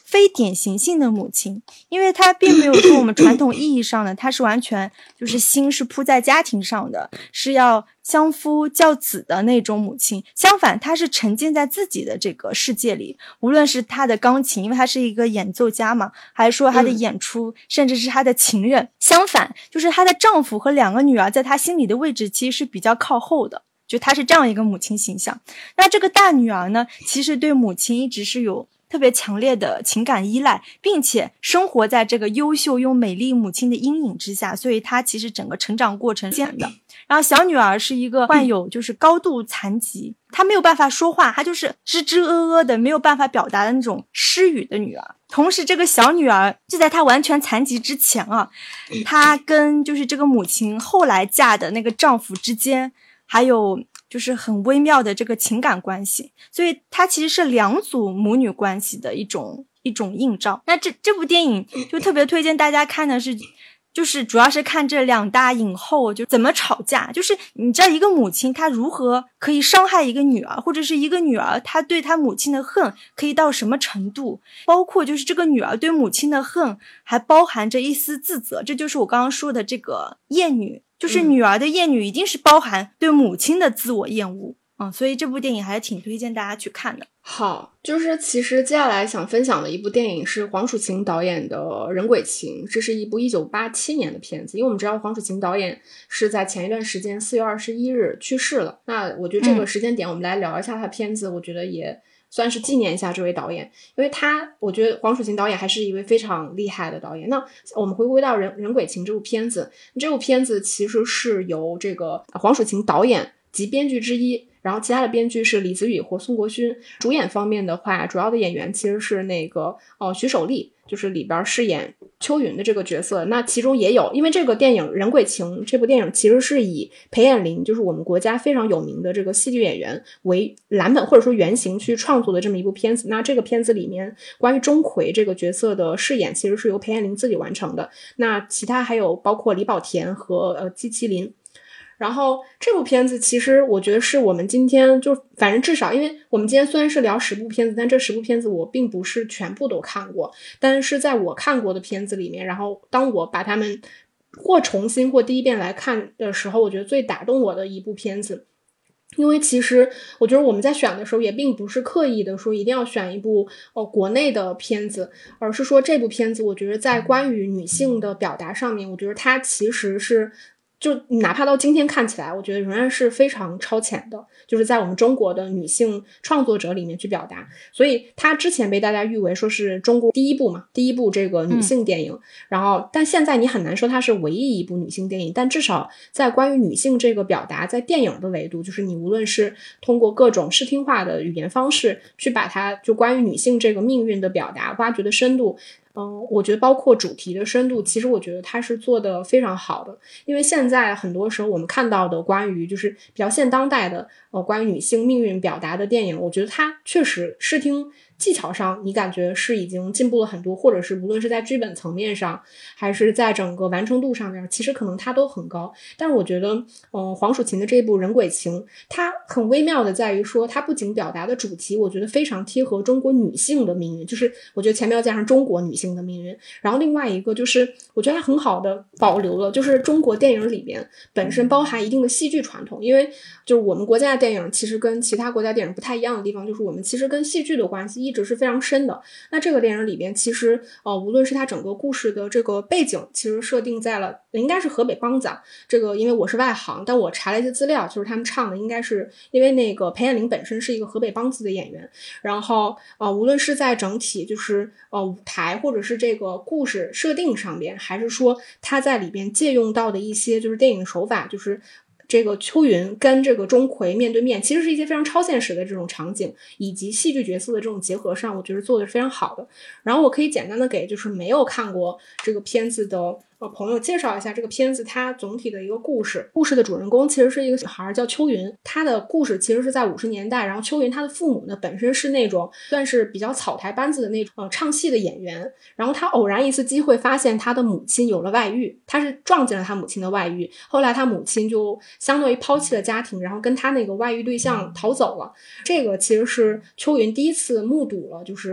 B: 非典型性的母亲，因为她并没有说我们传统意义上的，她是完全就是心是扑在家庭上的，是要相夫教子的那种母亲。相反，她是沉浸在自己的这个世界里，无论是她的钢琴，因为她是一个演奏家嘛，还是说她的演出、嗯、甚至是她的情人。相反，就是她的丈夫和两个女儿在她心里的位置其实是比较靠后的，就她是这样一个母亲形象。那这个大女儿呢，其实对母亲一直是有特别强烈的情感依赖，并且生活在这个优秀又美丽母亲的阴影之下，所以她其实整个成长过程是这样的。然后小女儿是一个患有就是高度残疾，她没有办法说话，她就是支支吾吾的，没有办法表达的那种失语的女儿。同时这个小女儿就在她完全残疾之前啊，她跟就是这个母亲后来嫁的那个丈夫之间还有就是很微妙的这个情感关系，所以它其实是两组母女关系的一种一种映照。那这这部电影就特别推荐大家看的是，就是主要是看这两大影后就怎么吵架，就是你知道一个母亲她如何可以伤害一个女儿，或者是一个女儿她对她母亲的恨可以到什么程度，包括就是这个女儿对母亲的恨还包含着一丝自责，这就是我刚刚说的这个厌女，就是女儿的厌女一定是包含对母亲的自我厌恶。嗯，所以这部电影还是挺推荐大家去看的。
C: 好，就是其实接下来想分享的一部电影是黄蜀芹导演的《人鬼情》，这是一部一九八七年的片子。因为我们知道黄蜀芹导演是在前一段时间四月二十一日去世了，那我觉得这个时间点我们来聊一下他的片子、嗯、我觉得也算是纪念一下这位导演，因为他我觉得黄蜀芹导演还是一位非常厉害的导演。那我们回归到人人鬼情这部片子，这部片子其实是由这个黄蜀芹导演及编剧之一，然后其他的编剧是李子宇或宋国勋。主演方面的话，主要的演员其实是那个呃徐守立，就是里边饰演秋云的这个角色。那其中也有，因为这个电影《人鬼情》这部电影其实是以裴艳玲，就是我们国家非常有名的这个戏剧演员为蓝本或者说原型去创作的这么一部片子。那这个片子里面关于钟馗这个角色的饰演其实是由裴艳玲自己完成的，那其他还有包括李保田和呃季麒麟。然后这部片子其实我觉得是我们今天就反正至少，因为我们今天虽然是聊十部片子，但这十部片子我并不是全部都看过，但是在我看过的片子里面，然后当我把它们或重新或第一遍来看的时候，我觉得最打动我的一部片子。因为其实我觉得我们在选的时候也并不是刻意的说一定要选一部呃国内的片子，而是说这部片子我觉得在关于女性的表达上面，我觉得它其实是就哪怕到今天看起来，我觉得仍然是非常超前的，就是在我们中国的女性创作者里面去表达。所以她之前被大家誉为说是中国第一部嘛，第一部这个女性电影、嗯、然后但现在你很难说它是唯一一部女性电影，但至少在关于女性这个表达，在电影的维度，就是你无论是通过各种视听化的语言方式去把它就关于女性这个命运的表达挖掘的深度，嗯，我觉得包括主题的深度，其实我觉得它是做的非常好的。因为现在很多时候我们看到的关于就是比较现当代的呃关于女性命运表达的电影，我觉得它确实视听技巧上你感觉是已经进步了很多，或者是无论是在剧本层面上还是在整个完成度上面，其实可能它都很高。但是我觉得嗯，黄蜀芹的这一部《人鬼情》它很微妙的在于说，它不仅表达的主题我觉得非常贴合中国女性的命运，就是我觉得前面要加上中国女性的命运，然后另外一个就是我觉得它很好的保留了就是中国电影里面本身包含一定的戏剧传统。因为就是我们国家的电影其实跟其他国家电影不太一样的地方，就是我们其实跟戏剧的关系一直是非常深的。那这个电影里边其实呃，无论是它整个故事的这个背景其实设定在了应该是河北梆子，这个因为我是外行，但我查了一些资料，就是他们唱的应该是因为那个裴艳玲本身是一个河北梆子的演员，然后呃，无论是在整体就是呃舞台或者是这个故事设定上边，还是说他在里边借用到的一些就是电影手法，就是这个秋云跟这个钟馗面对面，其实是一些非常超现实的这种场景，以及戏剧角色的这种结合上，我觉得做的是非常好的。然后我可以简单的给就是没有看过这个片子的呃朋友介绍一下这个片子它总体的一个故事。故事的主人公其实是一个小孩叫秋云，他的故事其实是在五十年代，然后秋云他的父母呢本身是那种算是比较草台班子的那种呃唱戏的演员，然后他偶然一次机会发现他的母亲有了外遇，他是撞见了他母亲的外遇，后来他母亲就相当于抛弃了家庭，然后跟他那个外遇对象逃走了。这个其实是秋云第一次目睹了就是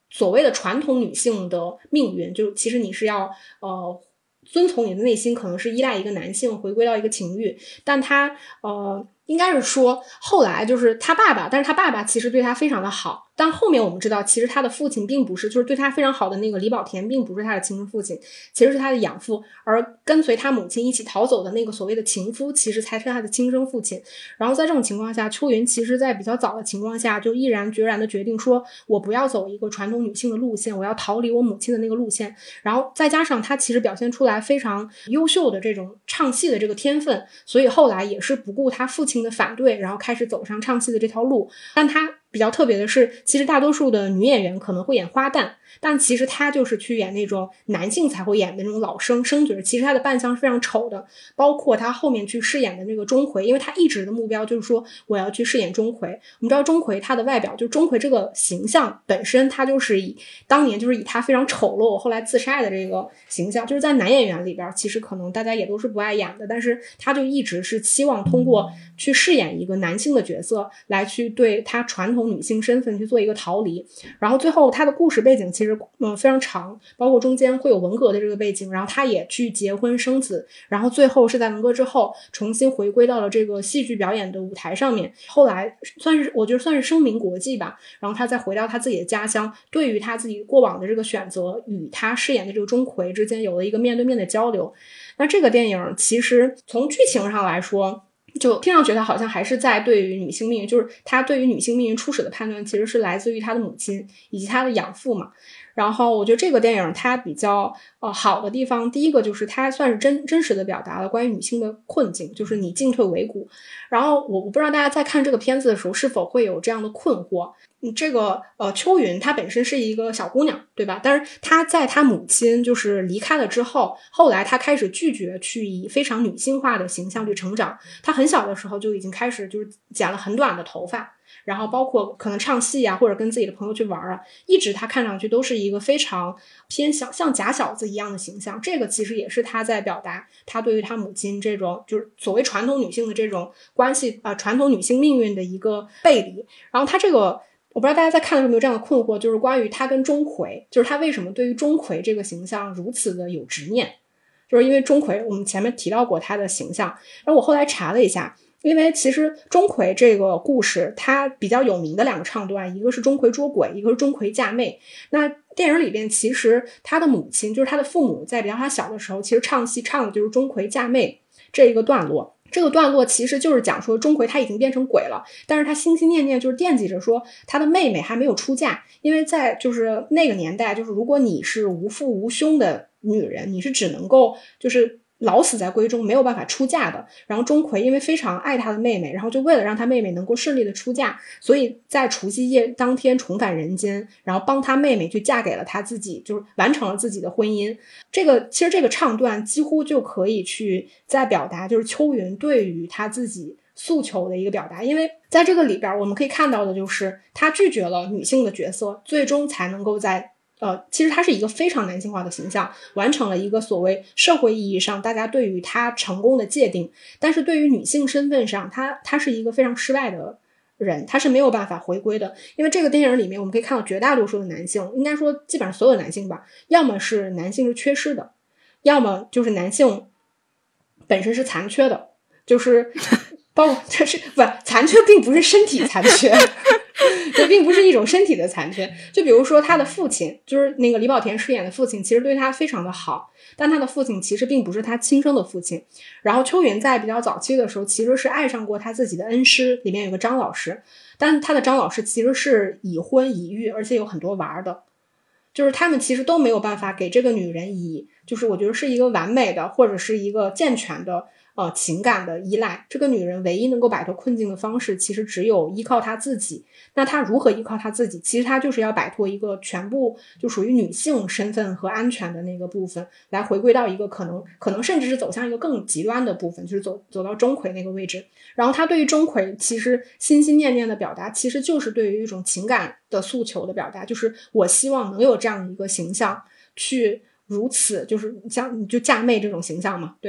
C: 所谓的传统女性的命运，就其实你是要呃遵从你的内心，可能是依赖一个男性，回归到一个情欲，但他呃应该是说后来就是他爸爸，但是他爸爸其实对他非常的好，但后面我们知道其实他的父亲并不是，就是对他非常好的那个李保田并不是他的亲生父亲，其实是他的养父，而跟随他母亲一起逃走的那个所谓的情夫其实才是他的亲生父亲。然后在这种情况下，秋云其实在比较早的情况下就毅然决然的决定说，我不要走一个传统女性的路线，我要逃离我母亲的那个路线。然后再加上他其实表现出来非常优秀的这种唱戏的这个天分，所以后来也是不顾他父亲的反对，然后开始走上唱戏的这条路。但他比较特别的是，其实大多数的女演员可能会演花旦，但其实他就是去演那种男性才会演的那种老生生角，其实他的扮相是非常丑的，包括他后面去饰演的那个钟馗，因为他一直的目标就是说我要去饰演钟馗。我们知道钟馗他的外表，就钟馗这个形象本身，他就是以当年就是以他非常丑陋后来自杀的这个形象，就是在男演员里边其实可能大家也都是不爱演的，但是他就一直是期望通过去饰演一个男性的角色来去对他传统女性身份去做一个逃离。然后最后他的故事背景其实嗯非常长，包括中间会有文革的这个背景，然后他也去结婚生子，然后最后是在文革之后重新回归到了这个戏剧表演的舞台上面，后来算是我觉得算是声名国际吧。然后他再回到他自己的家乡，对于他自己过往的这个选择与他饰演的这个钟馗之间有了一个面对面的交流。那这个电影其实从剧情上来说，就听上去他好像还是在对于女性命运，就是他对于女性命运初始的判断其实是来自于他的母亲以及他的养父嘛。然后我觉得这个电影它比较呃好的地方，第一个就是它算是真真实的表达了关于女性的困境，就是你进退维谷。然后我我不知道大家在看这个片子的时候是否会有这样的困惑。嗯，这个呃秋云她本身是一个小姑娘，对吧？但是她在她母亲就是离开了之后，后来她开始拒绝去以非常女性化的形象去成长。她很小的时候就已经开始就是剪了很短的头发，然后包括可能唱戏啊，或者跟自己的朋友去玩啊，一直她看上去都是一个非常偏小像假小子一样的形象。这个其实也是她在表达她对于她母亲这种就是所谓传统女性的这种关系啊、呃，传统女性命运的一个背离。然后她这个我不知道大家在看的时候有没有这样的困惑，就是关于她跟钟馗，就是她为什么对于钟馗这个形象如此的有执念。就是因为钟馗我们前面提到过他的形象，然后我后来查了一下，因为其实钟馗这个故事它比较有名的两个唱段，一个是钟馗捉鬼，一个是钟馗嫁妹。那电影里边其实他的母亲就是他的父母在比较他小的时候其实唱戏唱的就是钟馗嫁妹这一个段落。这个段落其实就是讲说钟馗他已经变成鬼了，但是他心心念念就是惦记着说他的妹妹还没有出嫁，因为在就是那个年代，就是如果你是无父无兄的女人，你是只能够就是老死在闺中，没有办法出嫁的。然后钟馗因为非常爱他的妹妹，然后就为了让他妹妹能够顺利的出嫁，所以在除夕夜当天重返人间，然后帮他妹妹去嫁给了他自己，就是完成了自己的婚姻。这个其实这个唱段几乎就可以去在表达就是秋云对于他自己诉求的一个表达。因为在这个里边我们可以看到的就是他拒绝了女性的角色，最终才能够在呃，其实他是一个非常男性化的形象，完成了一个所谓社会意义上大家对于他成功的界定。但是对于女性身份上，他他是一个非常失败的人，他是没有办法回归的。因为这个电影里面我们可以看到绝大多数的男性，应该说基本上所有男性吧，要么是男性是缺失的，要么就是男性本身是残缺的，就是包括这是不残缺并不是身体残缺这并不是一种身体的残缺。就比如说他的父亲，就是那个李保田饰演的父亲，其实对他非常的好，但他的父亲其实并不是他亲生的父亲。然后秋云在比较早期的时候其实是爱上过他自己的恩师，里面有个张老师，但他的张老师其实是已婚已育，而且有很多娃的，就是他们其实都没有办法给这个女人以就是我觉得是一个完美的或者是一个健全的呃，情感的依赖。这个女人唯一能够摆脱困境的方式其实只有依靠她自己。那她如何依靠她自己？其实她就是要摆脱一个全部就属于女性身份和安全的那个部分，来回归到一个可能可能甚至是走向一个更极端的部分，就是走走到钟馗那个位置。然后她对于钟馗其实心心念念的表达，其实就是对于一种情感的诉求的表达，就是我希望能有这样一个形象去如此，就是像就嫁妹这种形象嘛，对吧？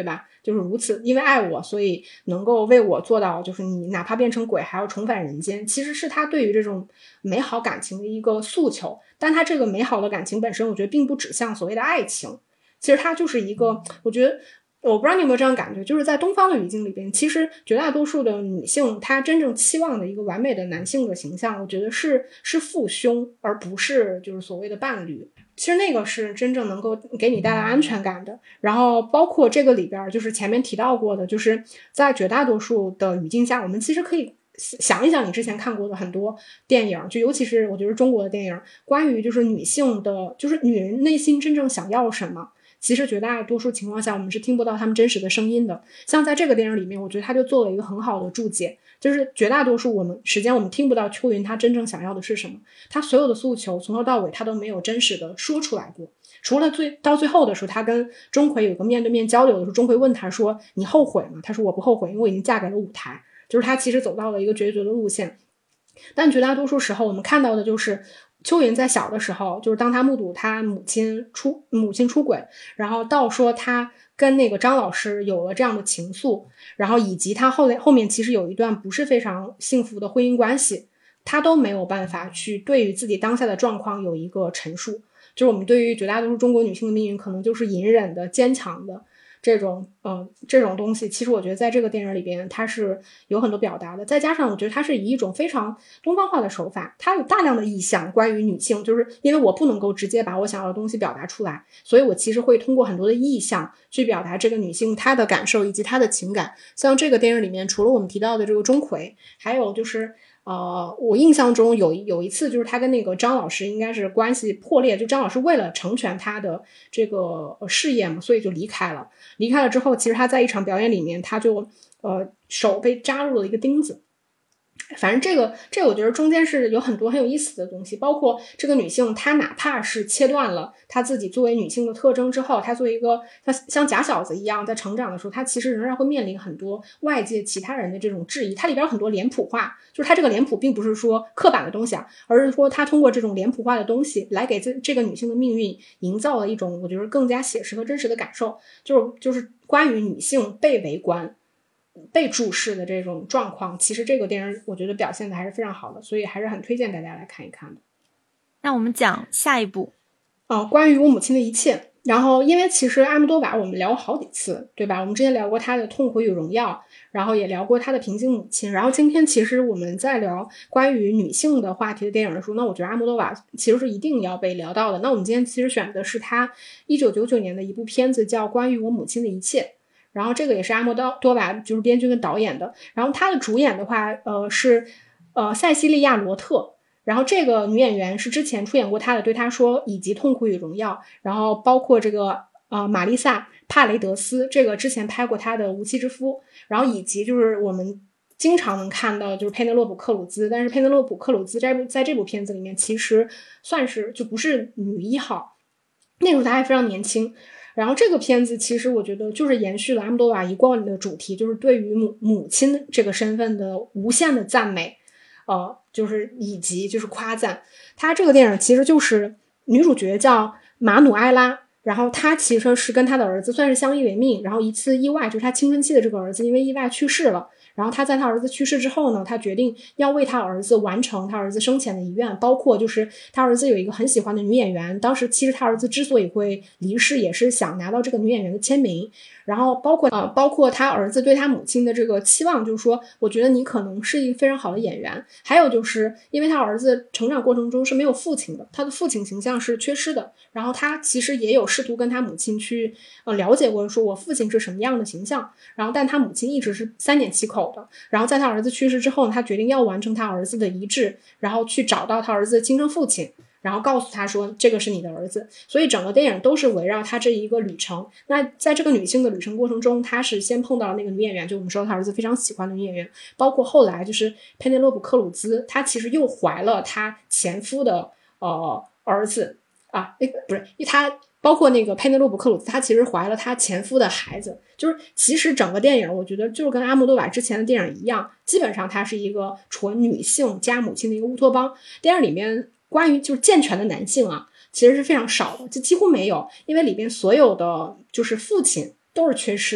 C: 就是如此因为爱我所以能够为我做到就是你哪怕变成鬼还要重返人间，其实是他对于这种美好感情的一个诉求。但他这个美好的感情本身我觉得并不指向所谓的爱情，其实它就是一个，我觉得我不知道你有没有这样感觉，就是在东方的语境里边，其实绝大多数的女性她真正期望的一个完美的男性的形象，我觉得是是父兄，而不是就是所谓的伴侣。其实那个是真正能够给你带来安全感的。然后包括这个里边就是前面提到过的，就是在绝大多数的语境下，我们其实可以想一想你之前看过的很多电影，就尤其是我觉得中国的电影，关于就是女性的，就是女人内心真正想要什么，其实绝大多数情况下我们是听不到他们真实的声音的。像在这个电影里面，我觉得他就做了一个很好的注解，就是绝大多数我们时间我们听不到秋云他真正想要的是什么，他所有的诉求从头到尾他都没有真实的说出来过，除了最到最后的时候他跟钟馗有个面对面交流的时候，钟馗问他说你后悔吗？他说我不后悔，因为我已经嫁给了舞台，就是他其实走到了一个决绝的路线。但绝大多数时候我们看到的就是秋云在小的时候，就是当他目睹他母亲出母亲出轨，然后到说他跟那个张老师有了这样的情愫，然后以及他后来后面其实有一段不是非常幸福的婚姻关系，他都没有办法去对于自己当下的状况有一个陈述。就是我们对于绝大多数中国女性的命运可能就是隐忍的坚强的这种呃这种东西，其实我觉得在这个电影里边它是有很多表达的。再加上我觉得它是以一种非常东方化的手法，它有大量的意象关于女性，就是因为我不能够直接把我想要的东西表达出来，所以我其实会通过很多的意象去表达这个女性她的感受以及她的情感。像这个电影里面除了我们提到的这个钟馗，还有就是呃，我印象中有有一次就是他跟那个张老师应该是关系破裂，就张老师为了成全他的这个事业嘛，所以就离开了。离开了之后，其实他在一场表演里面，他就呃手被扎入了一个钉子。反正这个这个我觉得中间是有很多很有意思的东西，包括这个女性她哪怕是切断了她自己作为女性的特征之后，她作为一个像像假小子一样在成长的时候，她其实仍然会面临很多外界其他人的这种质疑。它里边有很多脸谱化，就是它这个脸谱并不是说刻板的东西啊，而是说它通过这种脸谱化的东西来给这这个女性的命运营造了一种我觉得更加写实和真实的感受，就是就是关于女性被围观被注视的这种状况，其实这个电影我觉得表现的还是非常好的，所以还是很推荐大家来看一看的。
B: 那我们讲下一部
C: 哦，关于我母亲的一切。然后因为其实阿莫多瓦我们聊好几次，对吧？我们之前聊过他的痛苦与荣耀，然后也聊过他的平行母亲，然后今天其实我们在聊关于女性的话题的电影的时候，那我觉得阿莫多瓦其实是一定要被聊到的。那我们今天其实选的是他一九九九年的一部片子叫关于我母亲的一切，然后这个也是阿莫多瓦就是编剧跟导演的，然后他的主演的话呃是呃塞西利亚罗特，然后这个女演员是之前出演过她的对她说以及痛苦与荣耀，然后包括这个呃玛丽萨帕雷德斯，这个之前拍过她的无妻之夫，然后以及就是我们经常能看到就是佩内洛普克鲁兹，但是佩内洛普克鲁兹在在这部片子里面其实算是就不是女一号，那时候她还非常年轻。然后这个片子其实我觉得就是延续了阿莫多瓦一贯的主题，就是对于母母亲这个身份的无限的赞美，呃，就是以及就是夸赞。他这个电影其实就是女主角叫马努埃拉，然后她其实是跟她的儿子算是相依为命，然后一次意外就是她青春期的这个儿子因为意外去世了，然后她在她儿子去世之后呢，她决定要为她儿子完成她儿子生前的遗愿，包括就是她儿子有一个很喜欢的女演员，当时其实她儿子之所以会离世也是想拿到这个女演员的签名，然后包括呃，包括他儿子对他母亲的这个期望，就是说我觉得你可能是一个非常好的演员，还有就是因为他儿子成长过程中是没有父亲的，他的父亲形象是缺失的，然后他其实也有试图跟他母亲去呃了解过说我父亲是什么样的形象，然后但他母亲一直是三缄其口的，然后在他儿子去世之后他决定要完成他儿子的遗志，然后去找到他儿子的亲生父亲，然后告诉他说这个是你的儿子，所以整个电影都是围绕他这一个旅程。那在这个女性的旅程过程中，他是先碰到那个女演员，就我们说他儿子非常喜欢的女演员，包括后来就是佩内洛普克鲁兹，她其实又怀了她前夫的呃儿子啊，诶不是，她包括那个佩内洛普克鲁兹，她其实怀了她前夫的孩子，就是其实整个电影我觉得就是跟阿莫多瓦之前的电影一样，基本上它是一个纯女性加母亲的一个乌托邦。电影里面关于就是健全的男性啊，其实是非常少的，就几乎没有，因为里边所有的就是父亲都是缺失的。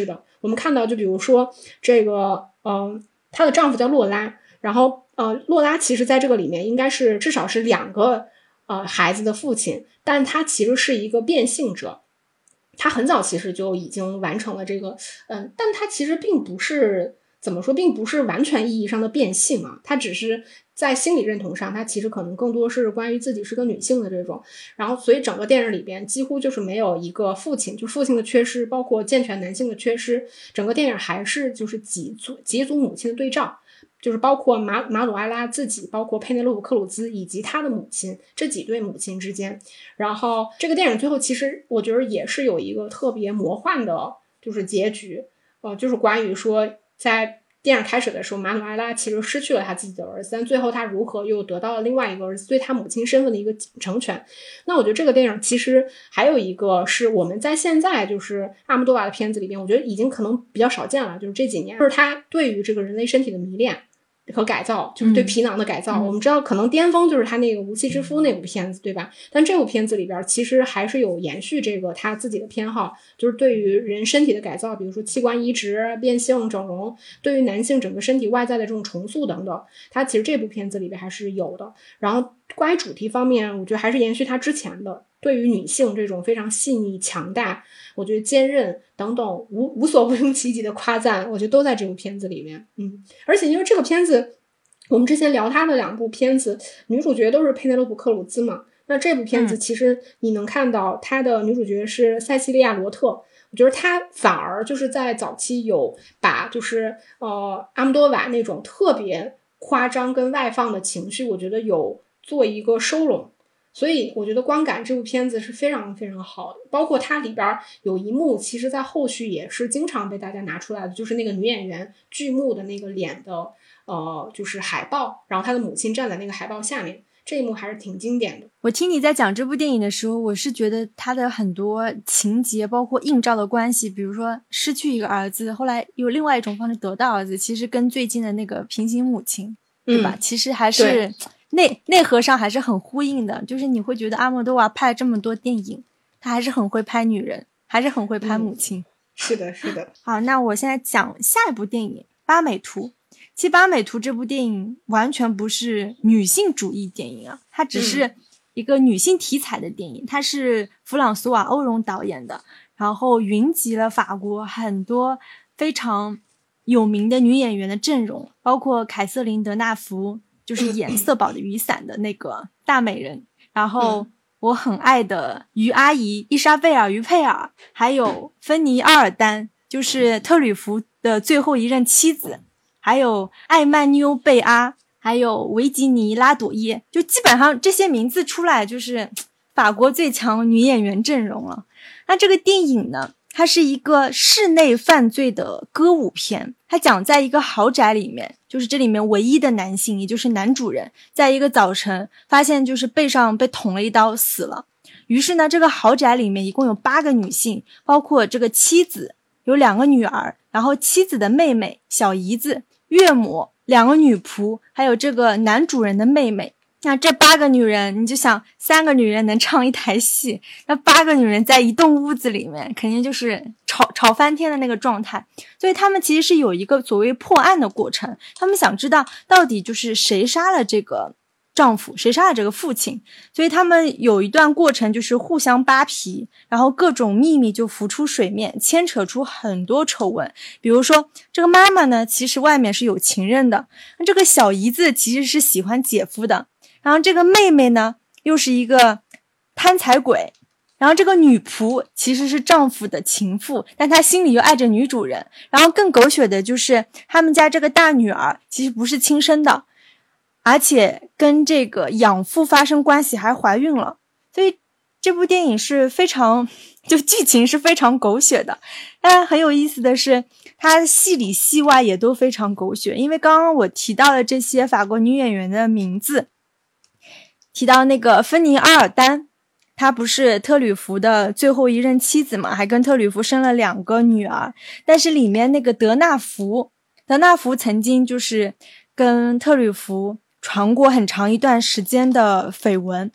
C: 我们看到就比如说这个嗯、呃，她的丈夫叫洛拉，然后呃，洛拉其实在这个里面应该是至少是两个呃孩子的父亲，但他其实是一个变性者，他很早其实就已经完成了这个嗯、呃，但他其实并不是怎么说，并不是完全意义上的变性啊，他只是在心理认同上，他其实可能更多是关于自己是个女性的这种，然后所以整个电影里边几乎就是没有一个父亲，就父亲的缺失，包括健全男性的缺失，整个电影还是就是几组几组母亲的对照，就是包括马马努埃拉自己，包括佩内洛普克鲁兹以及他的母亲，这几对母亲之间。然后这个电影最后其实我觉得也是有一个特别魔幻的就是结局，呃，就是关于说在电影开始的时候，马努埃拉其实失去了他自己的儿子，但最后他如何又得到了另外一个儿子，对他母亲身份的一个成全。那我觉得这个电影其实还有一个是我们在现在就是阿莫多瓦的片子里边，我觉得已经可能比较少见了，就是这几年就是他对于这个人类身体的迷恋和改造，就是对皮囊的改造、嗯、我们知道可能巅峰就是他那个无妻之夫那部片子，对吧？但这部片子里边其实还是有延续这个他自己的偏好，就是对于人身体的改造，比如说器官移植、变性、整容，对于男性整个身体外在的这种重塑等等，他其实这部片子里边还是有的。然后关于主题方面，我觉得还是延续他之前的对于女性这种非常细腻强大，我觉得坚韧等等无无所不用其极的夸赞，我觉得都在这部片子里面。嗯，而且因为这个片子我们之前聊他的两部片子女主角都是佩内洛普克鲁兹嘛，那这部片子其实你能看到她的女主角是塞西利亚罗特，我觉得她反而就是在早期有把就是呃阿莫多瓦那种特别夸张跟外放的情绪，我觉得有做一个收拢，所以我觉得观感这部片子是非常非常好的。包括它里边有一幕其实在后续也是经常被大家拿出来的，就是那个女演员剧目的那个脸的呃，就是海报，然后她的母亲站在那个海报下面，这一幕还是挺经典的。
B: 我听你在讲这部电影的时候，我是觉得它的很多情节包括映照的关系，比如说失去一个儿子，后来有另外一种方式得到儿子，其实跟最近的那个平行母亲、嗯、对吧，其实还是内内核上还是很呼应的。就是你会觉得阿莫多瓦拍这么多电影，他还是很会拍女人，还是很会拍母亲、嗯、
C: 是的是的。
B: 好，那我现在讲下一部电影巴美图。其实巴美图这部电影完全不是女性主义电影啊，它只是一个女性题材的电影、嗯、它是弗朗索瓦欧容导演的，然后云集了法国很多非常有名的女演员的阵容，包括凯瑟琳德纳福，就是演瑟宝的雨伞的那个大美人，然后我很爱的于阿姨伊莎贝尔于佩尔，还有芬妮阿尔丹，就是特吕弗的最后一任妻子，还有艾曼妞贝阿，还有维吉尼拉朵耶，就基本上这些名字出来就是法国最强女演员阵容了。那这个电影呢，它是一个室内犯罪的歌舞片，它讲在一个豪宅里面，就是这里面唯一的男性，也就是男主人，在一个早晨发现就是背上被捅了一刀死了。于是呢，这个豪宅里面一共有八个女性，包括这个妻子，有两个女儿，然后妻子的妹妹、小姨子、岳母、两个女仆，还有这个男主人的妹妹。那这八个女人，你就想三个女人能唱一台戏，那八个女人在一栋屋子里面肯定就是吵吵翻天的那个状态。所以他们其实是有一个所谓破案的过程，他们想知道到底就是谁杀了这个丈夫，谁杀了这个父亲。所以他们有一段过程就是互相扒皮，然后各种秘密就浮出水面，牵扯出很多丑闻。比如说这个妈妈呢，其实外面是有情人的，那这个小姨子其实是喜欢姐夫的，然后这个妹妹呢又是一个贪财鬼，然后这个女仆其实是丈夫的情妇，但她心里又爱着女主人。然后更狗血的就是他们家这个大女儿其实不是亲生的，而且跟这个养父发生关系还怀孕了。所以这部电影是非常，就剧情是非常狗血的。但很有意思的是它戏里戏外也都非常狗血，因为刚刚我提到了这些法国女演员的名字，提到那个芬妮阿尔丹，她不是特吕弗的最后一任妻子嘛，还跟特吕弗生了两个女儿。但是里面那个德纳福，德纳福曾经就是跟特吕弗传过很长一段时间的绯闻。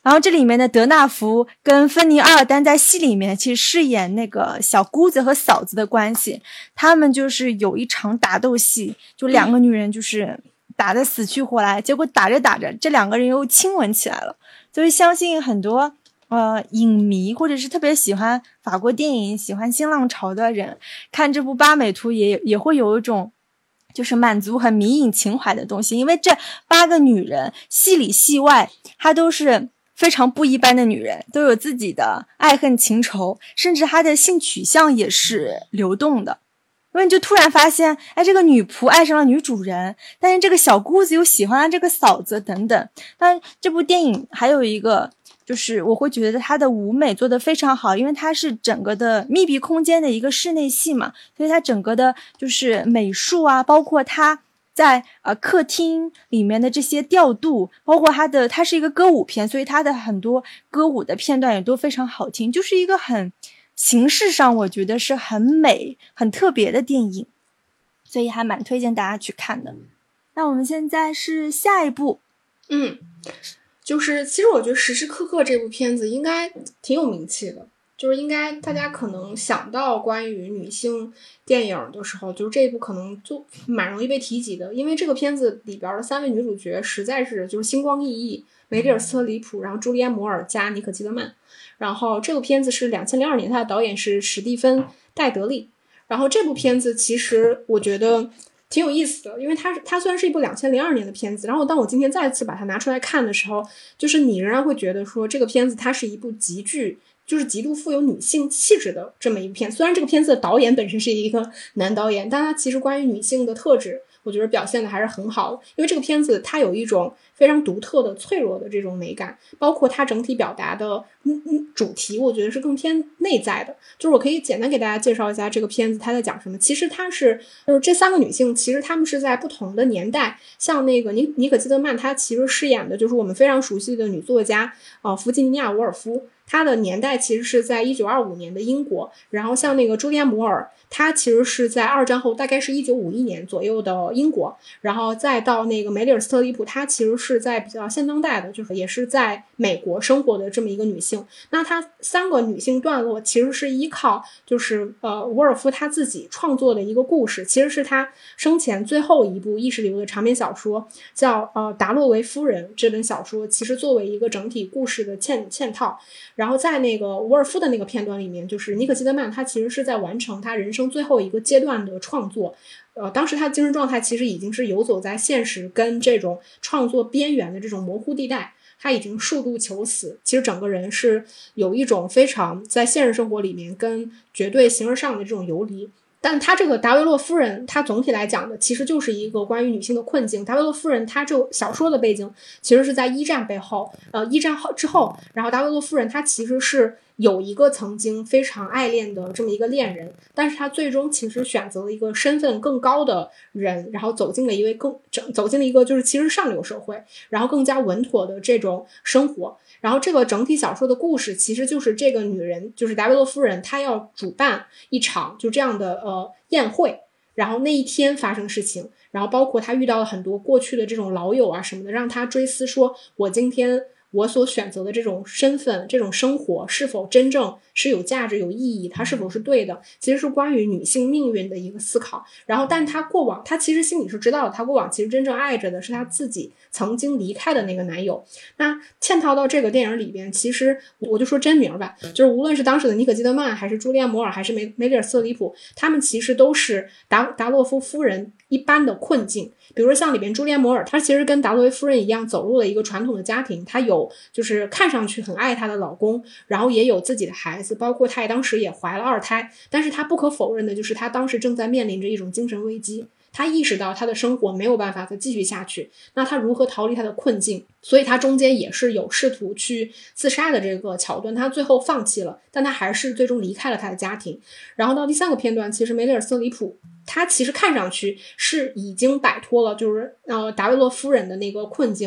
B: 然后这里面的德纳福跟芬尼阿尔丹在戏里面其实饰演那个小姑子和嫂子的关系，他们就是有一场打斗戏，就两个女人就是打得死去活来，结果打着打着这两个人又亲吻起来了。所以相信很多呃影迷或者是特别喜欢法国电影喜欢新浪潮的人看这部八美图也也会有一种就是满足很迷影情怀的东西，因为这八个女人戏里戏外她都是非常不一般的女人，都有自己的爱恨情仇，甚至她的性取向也是流动的。因为你就突然发现，哎，这个女仆爱上了女主人，但是这个小姑子又喜欢了这个嫂子等等。但这部电影还有一个就是我会觉得它的舞美做得非常好，因为它是整个的密闭空间的一个室内戏嘛，所以它整个的就是美术啊，包括它在呃客厅里面的这些调度，包括它的它是一个歌舞片，所以它的很多歌舞的片段也都非常好听，就是一个很形式上我觉得是很美很特别的电影，所以还蛮推荐大家去看的。那我们现在是下一部，
C: 嗯，就是其实我觉得时时刻刻这部片子应该挺有名气的，就是应该大家可能想到关于女性电影的时候，就是这一部可能就蛮容易被提及的，因为这个片子里边的三位女主角实在是就是星光熠熠，梅丽尔·斯特里普，然后朱莉安·摩尔加妮可·基德曼。然后这个片子是两千零二年，它的导演是史蒂芬·戴德利。然后这部片子其实我觉得挺有意思的，因为它它虽然是一部两千零二年的片子，然后当我今天再次把它拿出来看的时候，就是你仍然会觉得说这个片子它是一部极具就是极度富有女性气质的这么一部片。虽然这个片子的导演本身是一个男导演，但他其实关于女性的特质我觉得表现的还是很好的，因为这个片子它有一种非常独特的脆弱的这种美感，包括它整体表达的嗯嗯主题我觉得是更偏内在的。就是我可以简单给大家介绍一下这个片子它在讲什么。其实它是就是这三个女性其实她们是在不同的年代，像那个妮妮可基德曼她其实饰演的就是我们非常熟悉的女作家呃弗吉尼亚·伍尔夫，她的年代其实是在一九二五年的英国。然后像那个朱莉安·摩尔她其实是在二战后大概是一九五一年左右的英国。然后再到那个梅丽尔·斯特里普，她其实是在比较现当代的，就是也是在美国生活的这么一个女性。那她三个女性段落其实是依靠就是呃伍尔夫她自己创作的一个故事，其实是她生前最后一部意识流的长篇小说，叫呃达洛维夫人。这本小说其实作为一个整体故事的嵌嵌套。然后在那个伍尔夫的那个片段里面，就是妮可基德曼她其实是在完成她人生最后一个阶段的创作。呃，当时他的精神状态其实已经是游走在现实跟这种创作边缘的这种模糊地带，他已经数度求死，其实整个人是有一种非常在现实生活里面跟绝对形而上的这种游离。但他这个达维洛夫人他总体来讲的其实就是一个关于女性的困境。达维洛夫人他这小说的背景其实是在一战背后呃，一战后之后，然后达维洛夫人她其实是有一个曾经非常爱恋的这么一个恋人，但是他最终其实选择了一个身份更高的人，然后走进了一位更走进了一个就是其实上流社会，然后更加稳妥的这种生活。然后这个整体小说的故事其实就是这个女人就是达维洛夫人她要主办一场就这样的呃宴会，然后那一天发生事情，然后包括她遇到了很多过去的这种老友啊什么的，让她追思说我今天我所选择的这种身份这种生活是否真正是有价值有意义，它是否是对的，其实是关于女性命运的一个思考。然后但她过往她其实心里是知道的，她过往其实真正爱着的是她自己曾经离开的那个男友。那嵌套到这个电影里边，其实我就说真名吧，就是无论是当时的妮可基德曼还是朱莉安·摩尔还是梅梅丽尔·斯特里普，他们其实都是达达洛夫夫人一般的困境。比如说像里边朱莉安·摩尔，她其实跟达洛维夫人一样走入了一个传统的家庭，她有就是看上去很爱她的老公，然后也有自己的孩子，包括她也当时也怀了二胎。但是她不可否认的就是她当时正在面临着一种精神危机，她意识到她的生活没有办法再继续下去，那她如何逃离她的困境？所以她中间也是有试图去自杀的这个桥段，她最后放弃了，但她还是最终离开了她的家庭。然后到第三个片段，其实梅丽尔·斯特里普她其实看上去是已经摆脱了就是呃达维洛夫人的那个困境，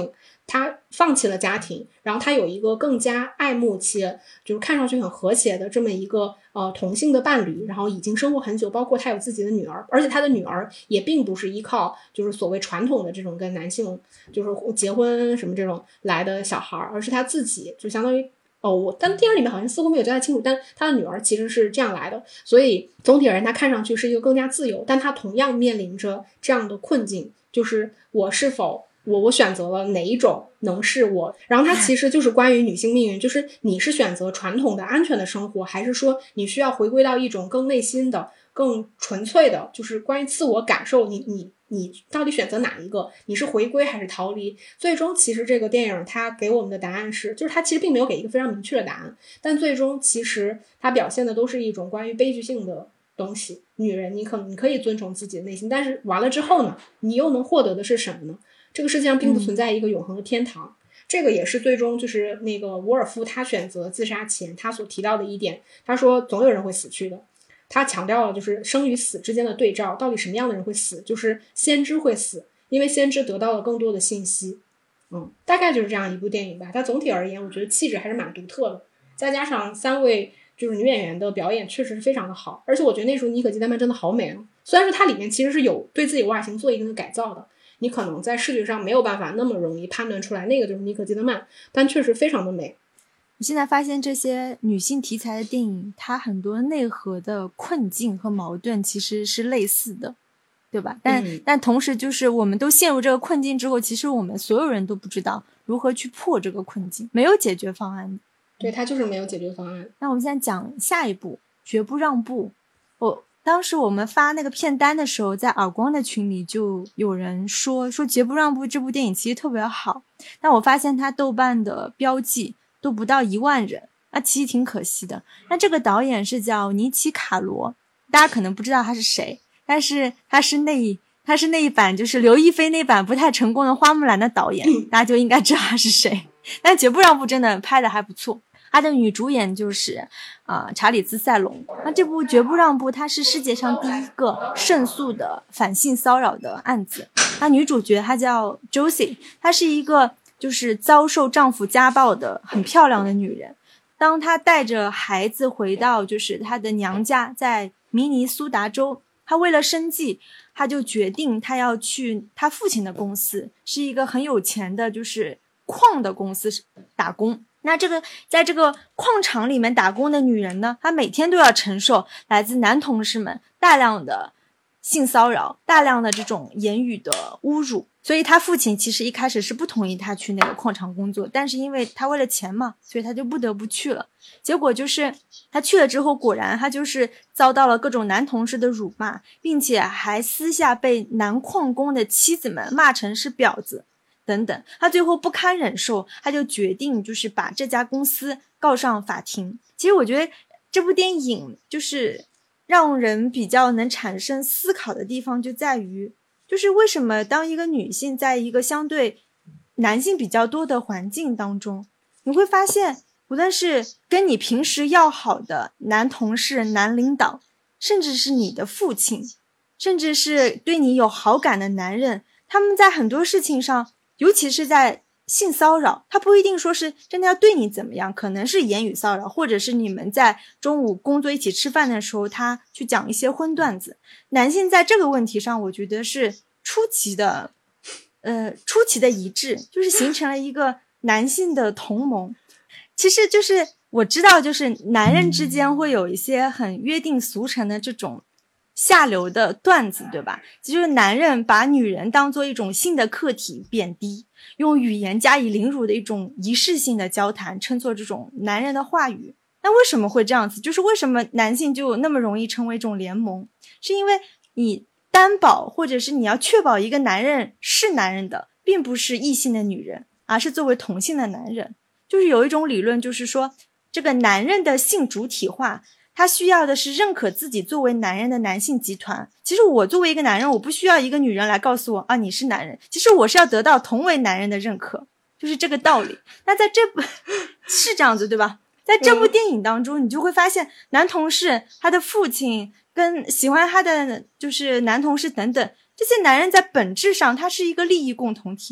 C: 他放弃了家庭，然后他有一个更加爱慕且就是看上去很和谐的这么一个呃同性的伴侣，然后已经生活很久，包括他有自己的女儿，而且他的女儿也并不是依靠就是所谓传统的这种跟男性就是结婚什么这种来的小孩，而是他自己就相当于哦，我但电影里面好像似乎没有交代清楚，但他的女儿其实是这样来的，所以总体而言他看上去是一个更加自由，但他同样面临着这样的困境，就是我是否我我选择了哪一种能是我，然后它其实就是关于女性命运，就是你是选择传统的安全的生活，还是说你需要回归到一种更内心的更纯粹的，就是关于自我感受，你你你到底选择哪一个，你是回归还是逃离。最终其实这个电影它给我们的答案是，就是它其实并没有给一个非常明确的答案，但最终其实它表现的都是一种关于悲剧性的东西。女人你可能你可以遵从自己的内心，但是完了之后呢，你又能获得的是什么呢？这个世界上并不存在一个永恒的天堂、嗯、这个也是最终就是那个沃尔夫他选择自杀前他所提到的一点，他说总有人会死去的，他强调了就是生与死之间的对照，到底什么样的人会死，就是先知会死，因为先知得到了更多的信息。嗯，大概就是这样一部电影吧。它总体而言我觉得气质还是蛮独特的，再加上三位就是女演员的表演确实是非常的好，而且我觉得那时候妮可基德曼真的好美啊，虽然说它里面其实是有对自己外形做一定的改造的，你可能在视觉上没有办法那么容易判断出来那个就是妮可基德曼，但确实非常的美。
B: 我现在发现这些女性题材的电影，它很多内核的困境和矛盾其实是类似的，对吧？但、嗯、但同时就是我们都陷入这个困境之后，其实我们所有人都不知道如何去破这个困境，没有解决方案。
C: 对，它就是没有解决方案。
B: 那我们现在讲下一步，绝不让步。我当时我们发那个片单的时候，在耳光的群里就有人说说绝不让步这部电影其实特别好，但我发现它豆瓣的标记都不到一万人，那其实挺可惜的。那这个导演是叫尼奇卡罗，大家可能不知道他是谁，但是他是那他是那一版就是刘亦菲那版不太成功的花木兰的导演，大家就应该知道他是谁。但绝不让步真的拍的还不错，他的女主演就是啊、呃、查理兹塞隆。那这部绝不让步它是世界上第一个胜诉的反性骚扰的案子，那女主角她叫 Josie， 她是一个就是遭受丈夫家暴的很漂亮的女人。当她带着孩子回到就是她的娘家，在明尼苏达州，她为了生计，她就决定她要去她父亲的公司，是一个很有钱的就是矿的公司打工。那这个在这个矿场里面打工的女人呢，她每天都要承受来自男同事们大量的性骚扰，大量的这种言语的侮辱。所以她父亲其实一开始是不同意她去那个矿场工作，但是因为她为了钱嘛，所以她就不得不去了。结果就是她去了之后，果然她就是遭到了各种男同事的辱骂，并且还私下被男矿工的妻子们骂成是婊子等等。他最后不堪忍受，他就决定就是把这家公司告上法庭。其实我觉得这部电影就是让人比较能产生思考的地方就在于，就是为什么当一个女性在一个相对男性比较多的环境当中，你会发现无论是跟你平时要好的男同事、男领导，甚至是你的父亲，甚至是对你有好感的男人，他们在很多事情上，尤其是在性骚扰，他不一定说是真的要对你怎么样，可能是言语骚扰，或者是你们在中午工作一起吃饭的时候，他去讲一些荤段子。男性在这个问题上，我觉得是出奇的，呃，出奇的一致，就是形成了一个男性的同盟。其实就是我知道，就是男人之间会有一些很约定俗成的这种下流的段子，对吧？就是男人把女人当做一种性的客体贬低，用语言加以凌辱的一种仪式性的交谈称作这种男人的话语。那为什么会这样子？就是为什么男性就那么容易成为一种联盟？是因为你担保或者是你要确保一个男人是男人的并不是异性的女人，而是作为同性的男人。就是有一种理论，就是说这个男人的性主体化，他需要的是认可自己作为男人的男性集团。其实我作为一个男人，我不需要一个女人来告诉我啊你是男人，其实我是要得到同为男人的认可，就是这个道理。那在这部是这样子对吧？在这部电影当中，你就会发现男同事他的父亲跟喜欢他的就是男同事等等，这些男人在本质上他是一个利益共同体，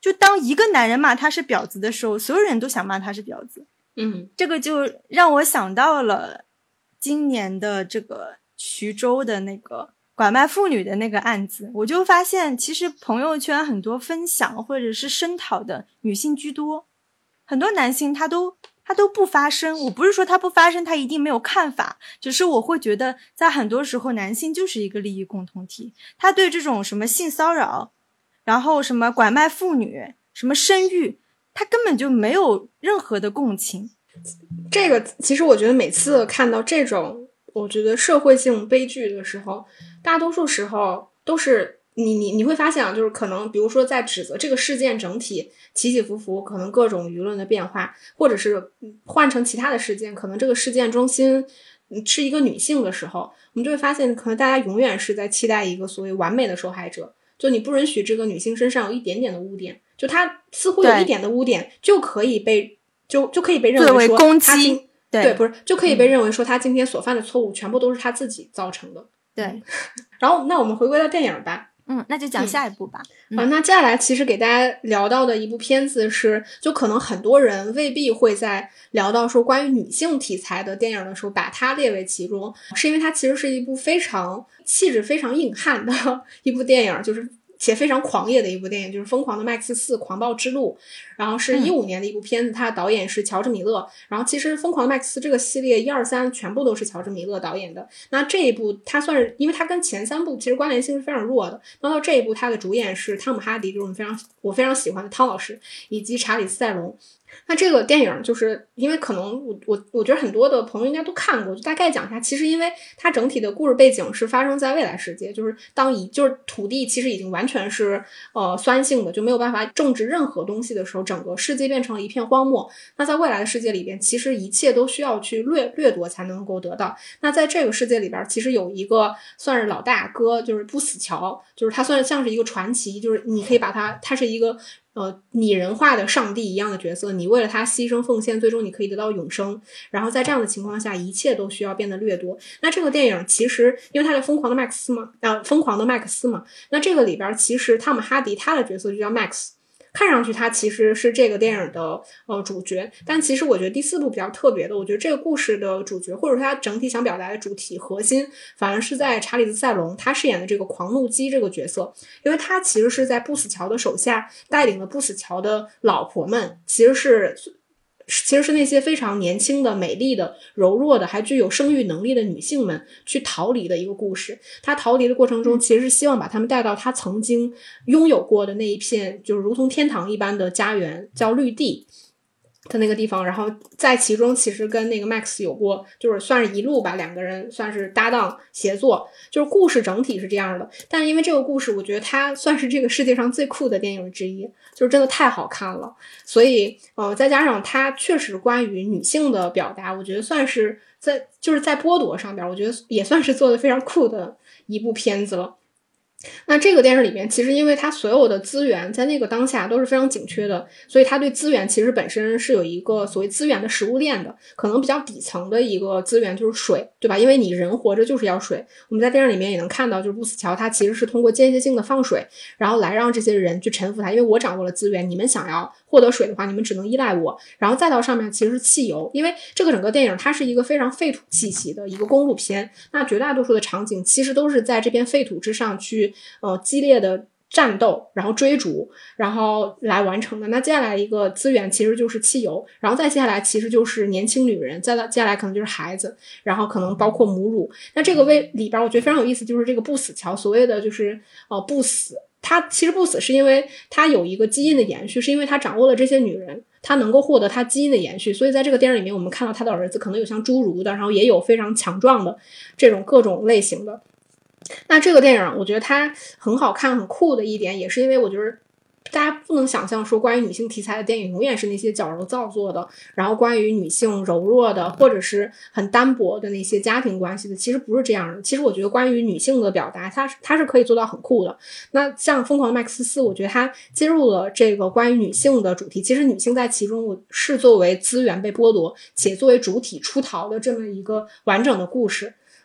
B: 就当一个男人骂他是婊子的时候，所有人都想骂他是婊子。
C: 嗯，
B: 这个就让我想到了今年的这个徐州的那个拐卖妇女的那个案子，我就发现其实朋友圈很多分享或者是声讨的女性居多，很多男性他都他都不发声。我不是说他不发声他一定没有看法，只是我会觉得在很多时候男性就是一个利益共同体，他对这种什么性骚扰，然后什么拐卖妇女，什么生育，他根本就没有任何的共情。
C: 这个其实我觉得每次看到这种我觉得社会性悲剧的时候，大多数时候都是你你你会发现啊，就是可能比如说在指责这个事件整体起起伏伏，可能各种舆论的变化，或者是换成其他的事件，可能这个事件中心是一个女性的时候，我们就会发现可能大家永远是在期待一个所谓完美的受害者，就你不允许这个女性身上有一点点的污点，就她似乎有一点的污点就可以被就就可以被认为说
B: 攻
C: 她
B: 击，对
C: 对，不是就可以被认为说她今天所犯的错误全部都是她自己造成的。
B: 对，
C: 然后那我们回归到电影吧。
B: 嗯，那就讲下一部吧。
C: 嗯、啊，那接下来其实给大家聊到的一部片子是，就可能很多人未必会在聊到说关于女性题材的电影的时候把它列为其中，是因为它其实是一部非常气质非常硬汉的一部电影，就是且非常狂野的一部电影，就是《疯狂的麦克斯四：狂暴之路》，然后是一五年的一部片子，它的导演是乔治米勒。然后其实《疯狂的麦克斯》这个系列一二三全部都是乔治米勒导演的。那这一部它算是，因为它跟前三部其实关联性是非常弱的。那到这一部，它的主演是汤姆哈迪，就是我们非常我非常喜欢的汤老师，以及查理斯塞隆。那这个电影就是因为可能我我我觉得很多的朋友应该都看过，就大概讲一下。其实因为它整体的故事背景是发生在未来世界，就是当以就是土地其实已经完全是呃酸性的，就没有办法种植任何东西的时候，整个世界变成了一片荒漠。那在未来的世界里边，其实一切都需要去掠掠夺才能够得到。那在这个世界里边，其实有一个算是老大哥，就是不死乔，就是他算是像是一个传奇，就是你可以把他他是一个呃，拟人化的上帝一样的角色，你为了他牺牲奉献，最终你可以得到永生。然后在这样的情况下，一切都需要变得掠夺。那这个电影其实因为它叫疯狂的麦克斯嘛，啊，疯狂的麦克斯嘛，那这个里边其实汤姆哈迪他的角色就叫 Max。看上去他其实是这个电影的呃主角，但其实我觉得第四部比较特别的，我觉得这个故事的主角或者说他整体想表达的主题核心反而是在查理兹塞隆他饰演的这个狂怒鸡这个角色，因为他其实是在不死乔的手下带领了不死乔的老婆们，其实是其实是那些非常年轻的美丽的柔弱的还具有生育能力的女性们去逃离的一个故事。他逃离的过程中其实是希望把他们带到他曾经拥有过的那一片就是如同天堂一般的家园，叫绿地的那个地方，然后在其中其实跟那个 Max 有过就是算是一路吧，两个人算是搭档协作，就是故事整体是这样的。但因为这个故事我觉得它算是这个世界上最酷的电影之一，就是真的太好看了，所以呃，再加上它确实关于女性的表达，我觉得算是在就是在剥夺上边，我觉得也算是做的非常酷的一部片子了。那这个电视里面其实因为它所有的资源在那个当下都是非常紧缺的，所以它对资源其实本身是有一个所谓资源的食物链的，可能比较底层的一个资源就是水，对吧？因为你人活着就是要水，我们在电视里面也能看到，就是不死乔他其实是通过间歇性的放水，然后来让这些人去臣服他，因为我掌握了资源，你们想要获得水的话你们只能依赖我。然后再到上面其实是汽油，因为这个整个电影它是一个非常废土气息的一个公路片，那绝大多数的场景其实都是在这片废土之上去呃，激烈的战斗，然后追逐，然后来完成的。那接下来一个资源其实就是汽油，然后再接下来其实就是年轻女人，再到接下来可能就是孩子，然后可能包括母乳。那这个为里边我觉得非常有意思，就是这个不死乔所谓的就是呃不死，他其实不死是因为他有一个基因的延续，是因为他掌握了这些女人，他能够获得他基因的延续，所以在这个电影里面我们看到他的儿子可能有像侏儒的，然后也有非常强壮的这种各种类型的。那这个电影我觉得它很好看很酷的一点也是因为我觉得大家不能想象说关于女性题材的电影永远是那些矫揉造作的，然后关于女性柔弱的或者是很单薄的那些家庭关系的，其实不是这样的。其实我觉得关于女性的表达它它是可以做到很酷的。那像疯狂的麦克斯四我觉得它接入了这个关于女性的主题，其实女性在其中是作为资源被剥夺且作为主体出逃的这么一个完整的故事。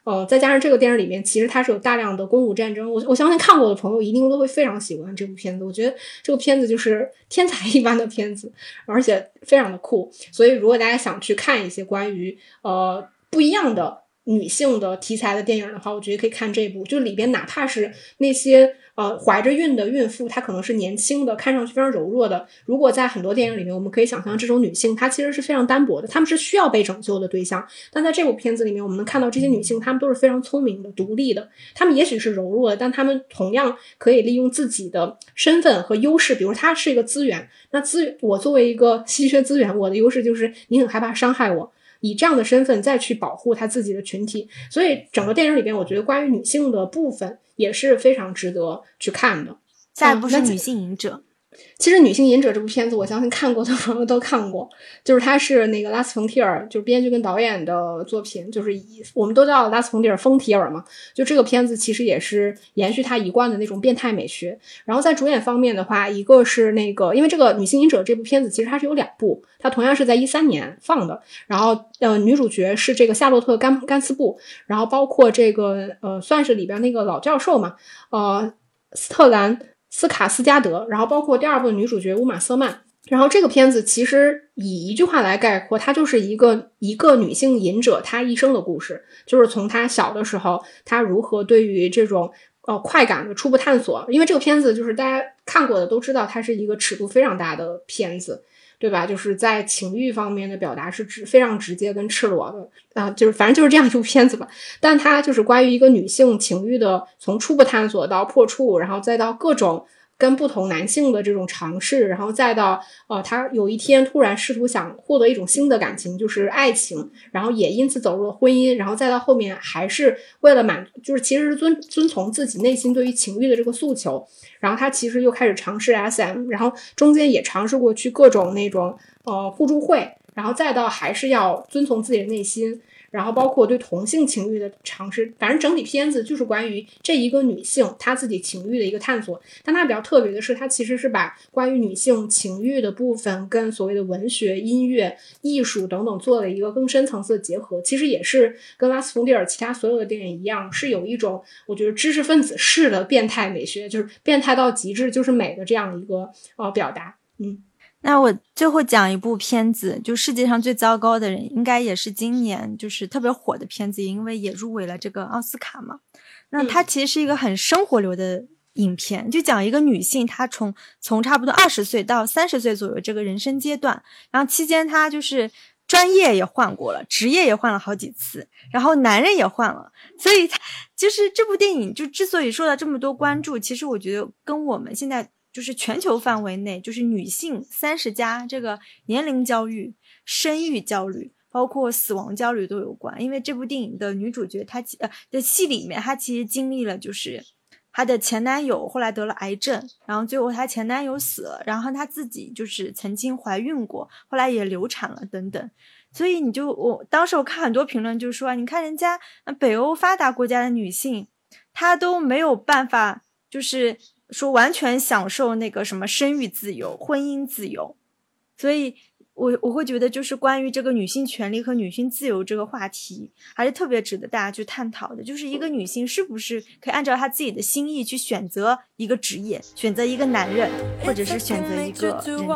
C: 呃，再加上这个电影里面其实它是有大量的公路战争，我我相信看过的朋友一定都会非常喜欢这部片子。我觉得这个片子就是天才一般的片子，而且非常的酷。所以如果大家想去看一些关于呃不一样的女性的题材的电影的话，我觉得可以看这部，就里边哪怕是那些呃怀着孕的孕妇，她可能是年轻的，看上去非常柔弱的，如果在很多电影里面我们可以想象这种女性她其实是非常单薄的，她们是需要被拯救的对象，但在这部片子里面我们能看到这些女性她们都是非常聪明的独立的，她们也许是柔弱的，但她们同样可以利用自己的身份和优势，比如她是一个资源，那资我作为一个稀缺资源，我的优势就是你很害怕伤害我，以这样的身份再去保护他自己的群体。所以整个电影里边我觉得关于女性的部分也是非常值得去看的。
B: 下一部是女性隐者、
C: 嗯、其实女性隐者这部片子我相信看过的朋友都看过，就是它是那个拉斯冯提尔就是编剧跟导演的作品，就是我们都叫拉斯冯提尔丰提尔嘛，就这个片子其实也是延续他一贯的那种变态美学。然后在主演方面的话，一个是那个因为这个女性隐者这部片子其实它是有两部，它同样是在一三年放的，然后呃女主角是这个夏洛特甘甘斯布，然后包括这个呃算是里边那个老教授嘛，呃斯特兰斯卡斯加德，然后包括第二部的女主角乌玛瑟曼。然后这个片子其实以一句话来概括，它就是一个一个女性隐者她一生的故事，就是从她小的时候她如何对于这种呃快感的初步探索。因为这个片子就是大家看过的都知道它是一个尺度非常大的片子，对吧？就是在情欲方面的表达是直非常直接跟赤裸的啊、呃，就是反正就是这样一部片子吧。但它就是关于一个女性情欲的从初步探索到破处，然后再到各种跟不同男性的这种尝试，然后再到呃，他有一天突然试图想获得一种新的感情，就是爱情，然后也因此走入了婚姻，然后再到后面还是为了满，就是其实是遵遵从自己内心对于情欲的这个诉求，然后他其实又开始尝试 S M， 然后中间也尝试过去各种那种呃互助会，然后再到还是要遵从自己的内心，然后包括对同性情欲的尝试，反正整体片子就是关于这一个女性她自己情欲的一个探索。但它比较特别的是，它其实是把关于女性情欲的部分跟所谓的文学、音乐、艺术等等做了一个更深层次的结合，其实也是跟拉斯冯提尔其他所有的电影一样，是有一种我觉得知识分子式的变态美学，就是变态到极致就是美的这样一个呃表达。嗯，
B: 那我最后讲一部片子，就世界上最糟糕的人，应该也是今年就是特别火的片子，因为也入围了这个奥斯卡嘛。那它其实是一个很生活流的影片，就讲一个女性，她从从差不多二十岁到三十岁左右这个人生阶段，然后期间她就是专业也换过了，职业也换了好几次，然后男人也换了，所以就是这部电影就之所以受到这么多关注，其实我觉得跟我们现在就是全球范围内就是女性三十加这个年龄焦虑、生育焦虑包括死亡焦虑都有关。因为这部电影的女主角她呃的戏里面，她其实经历了就是她的前男友后来得了癌症，然后最后她前男友死了，然后她自己就是曾经怀孕过，后来也流产了等等。所以你就我当时我看很多评论就说，你看人家北欧发达国家的女性她都没有办法就是说完全享受那个什么生育自由、婚姻自由。所以我我会觉得就是关于这个女性权利和女性自由这个话题还是特别值得大家去探讨的，就是一个女性是不是可以按照她自己的心意去选择一个职业，选择一个男人，或者是选择一个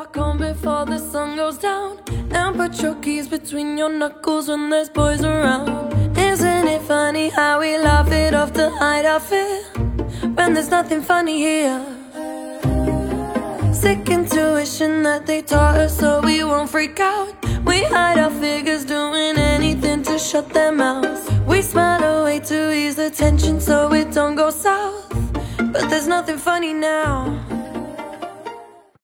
A: Sick intuition that they taught us so we won't freak out. We hide our figures doing anything to shut their mouths. We smile away to ease the tension so it don't go south. But there's nothing funny now.